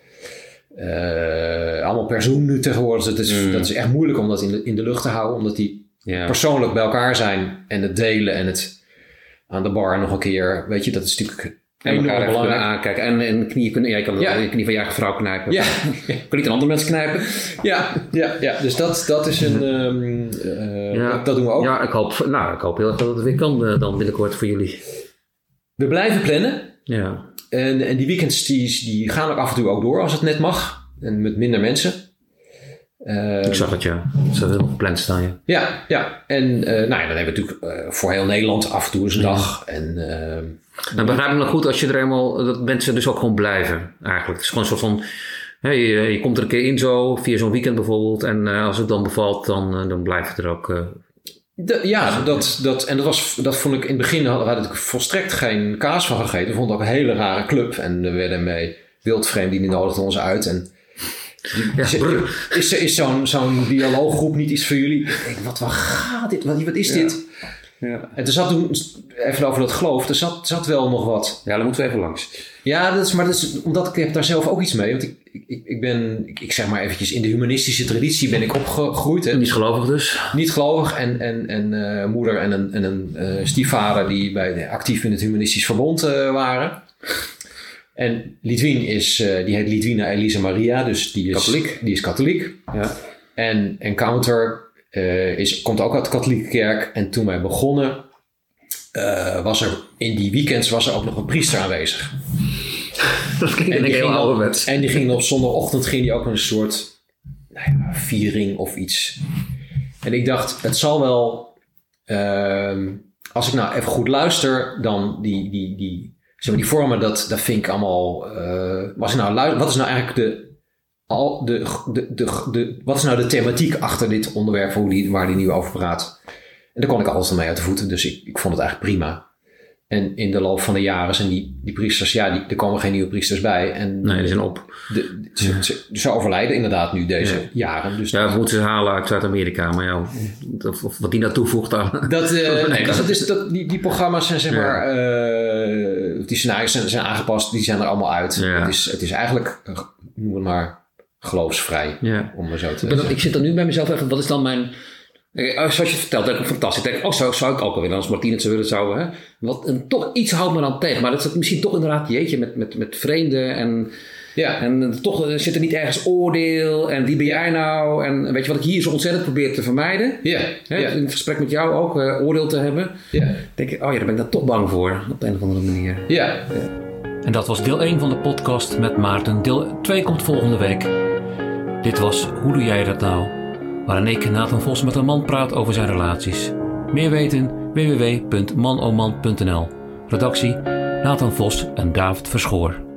per Zoom nu tegenwoordig. Dat is echt moeilijk om dat in de lucht te houden. Omdat die persoonlijk bij elkaar zijn. En het delen en het aan de bar nog een keer. Weet je, dat is natuurlijk en elkaar even kunnen aankijken. En knieën kunnen... Jij kan de knie van je eigen vrouw knijpen. Ja. Kan niet een andere mensen knijpen. Ja. Dus dat is een... dat doen we ook. Ja, ik hoop heel erg dat het weer kan dan binnenkort voor jullie. We blijven plannen. Ja. En die weekends die gaan ook af en toe ook door als het net mag. En met minder mensen. Ik zag het, ja. Ze hebben gepland staan, ja. En dan hebben we natuurlijk voor heel Nederland af en toe eens een dag. En... Dan begrijp ik nog goed als je er helemaal... dat mensen dus ook gewoon blijven, eigenlijk. Het is gewoon een soort van... je komt er een keer in zo, via zo'n weekend bijvoorbeeld. En als het dan bevalt, dan blijft het er ook... Dat vond ik in het begin... hadden we volstrekt geen kaas van gegeten. We vonden het ook een hele rare club. En we werden mee wildvreemd, die nodigden ons uit. En is zo'n dialooggroep niet iets voor jullie? Ik denk, wat gaat dit? Wat is dit? Ja. En er zat toen, even over dat geloof, er zat wel nog wat. Ja, daar moeten we even langs. Ja, omdat ik heb daar zelf ook iets mee. Want ik zeg maar eventjes, in de humanistische traditie ben ik opgegroeid. Hè. Niet gelovig dus? Niet gelovig en moeder en een stiefvader die actief in het humanistisch verbond waren. En Lidwien die heet Lidwina Elisa Maria, dus die is katholiek. Ja. En Counter komt ook uit de katholieke kerk. En toen wij begonnen, was er in die weekends ook nog een priester aanwezig. Dat klinkt heel ouderwets. En die ging op zondagochtend ook een soort viering of iets. En ik dacht, het zal wel, als ik nou even goed luister, dan die vormen, dat vind ik allemaal. Wat is nou eigenlijk wat is nou de thematiek achter dit onderwerp waar die nu over praat? En daar kon ik alles mee uit de voeten, dus ik vond het eigenlijk prima. En in de loop van de jaren zijn die priesters, er komen geen nieuwe priesters bij. En nee, die zijn op. Ze overlijden inderdaad nu deze jaren. Dus we moeten ze halen uit Zuid-Amerika, maar wat die naartoe voegt dan. Die programma's zijn zeg maar, die scenario's zijn aangepast, die zijn er allemaal uit. Ja. Het is eigenlijk, noem het maar, geloofsvrij. Ja. Om maar zo te zeggen. Ik zit er nu bij mezelf even, wat is dan mijn... Zoals je het vertelt, denk ik fantastisch. Ik denk, zou ik ook al willen als Martien het zou willen zouden. En toch iets houdt me dan tegen. Maar dat is misschien toch inderdaad, jeetje, met vreemden. En toch zit er niet ergens oordeel. En wie ben jij nou? En weet je wat ik hier zo ontzettend probeer te vermijden? In het gesprek met jou ook, oordeel te hebben. Denk ik, daar ben ik dan toch bang voor. Op de een of andere manier. En dat was deel 1 van de podcast met Maarten. Deel 2 komt volgende week. Dit was Hoe doe jij dat nou? Waarin ik, Nathan Vos, met een man praat over zijn relaties. Meer weten www.manoman.nl. Redactie Nathan Vos en David Verschoor.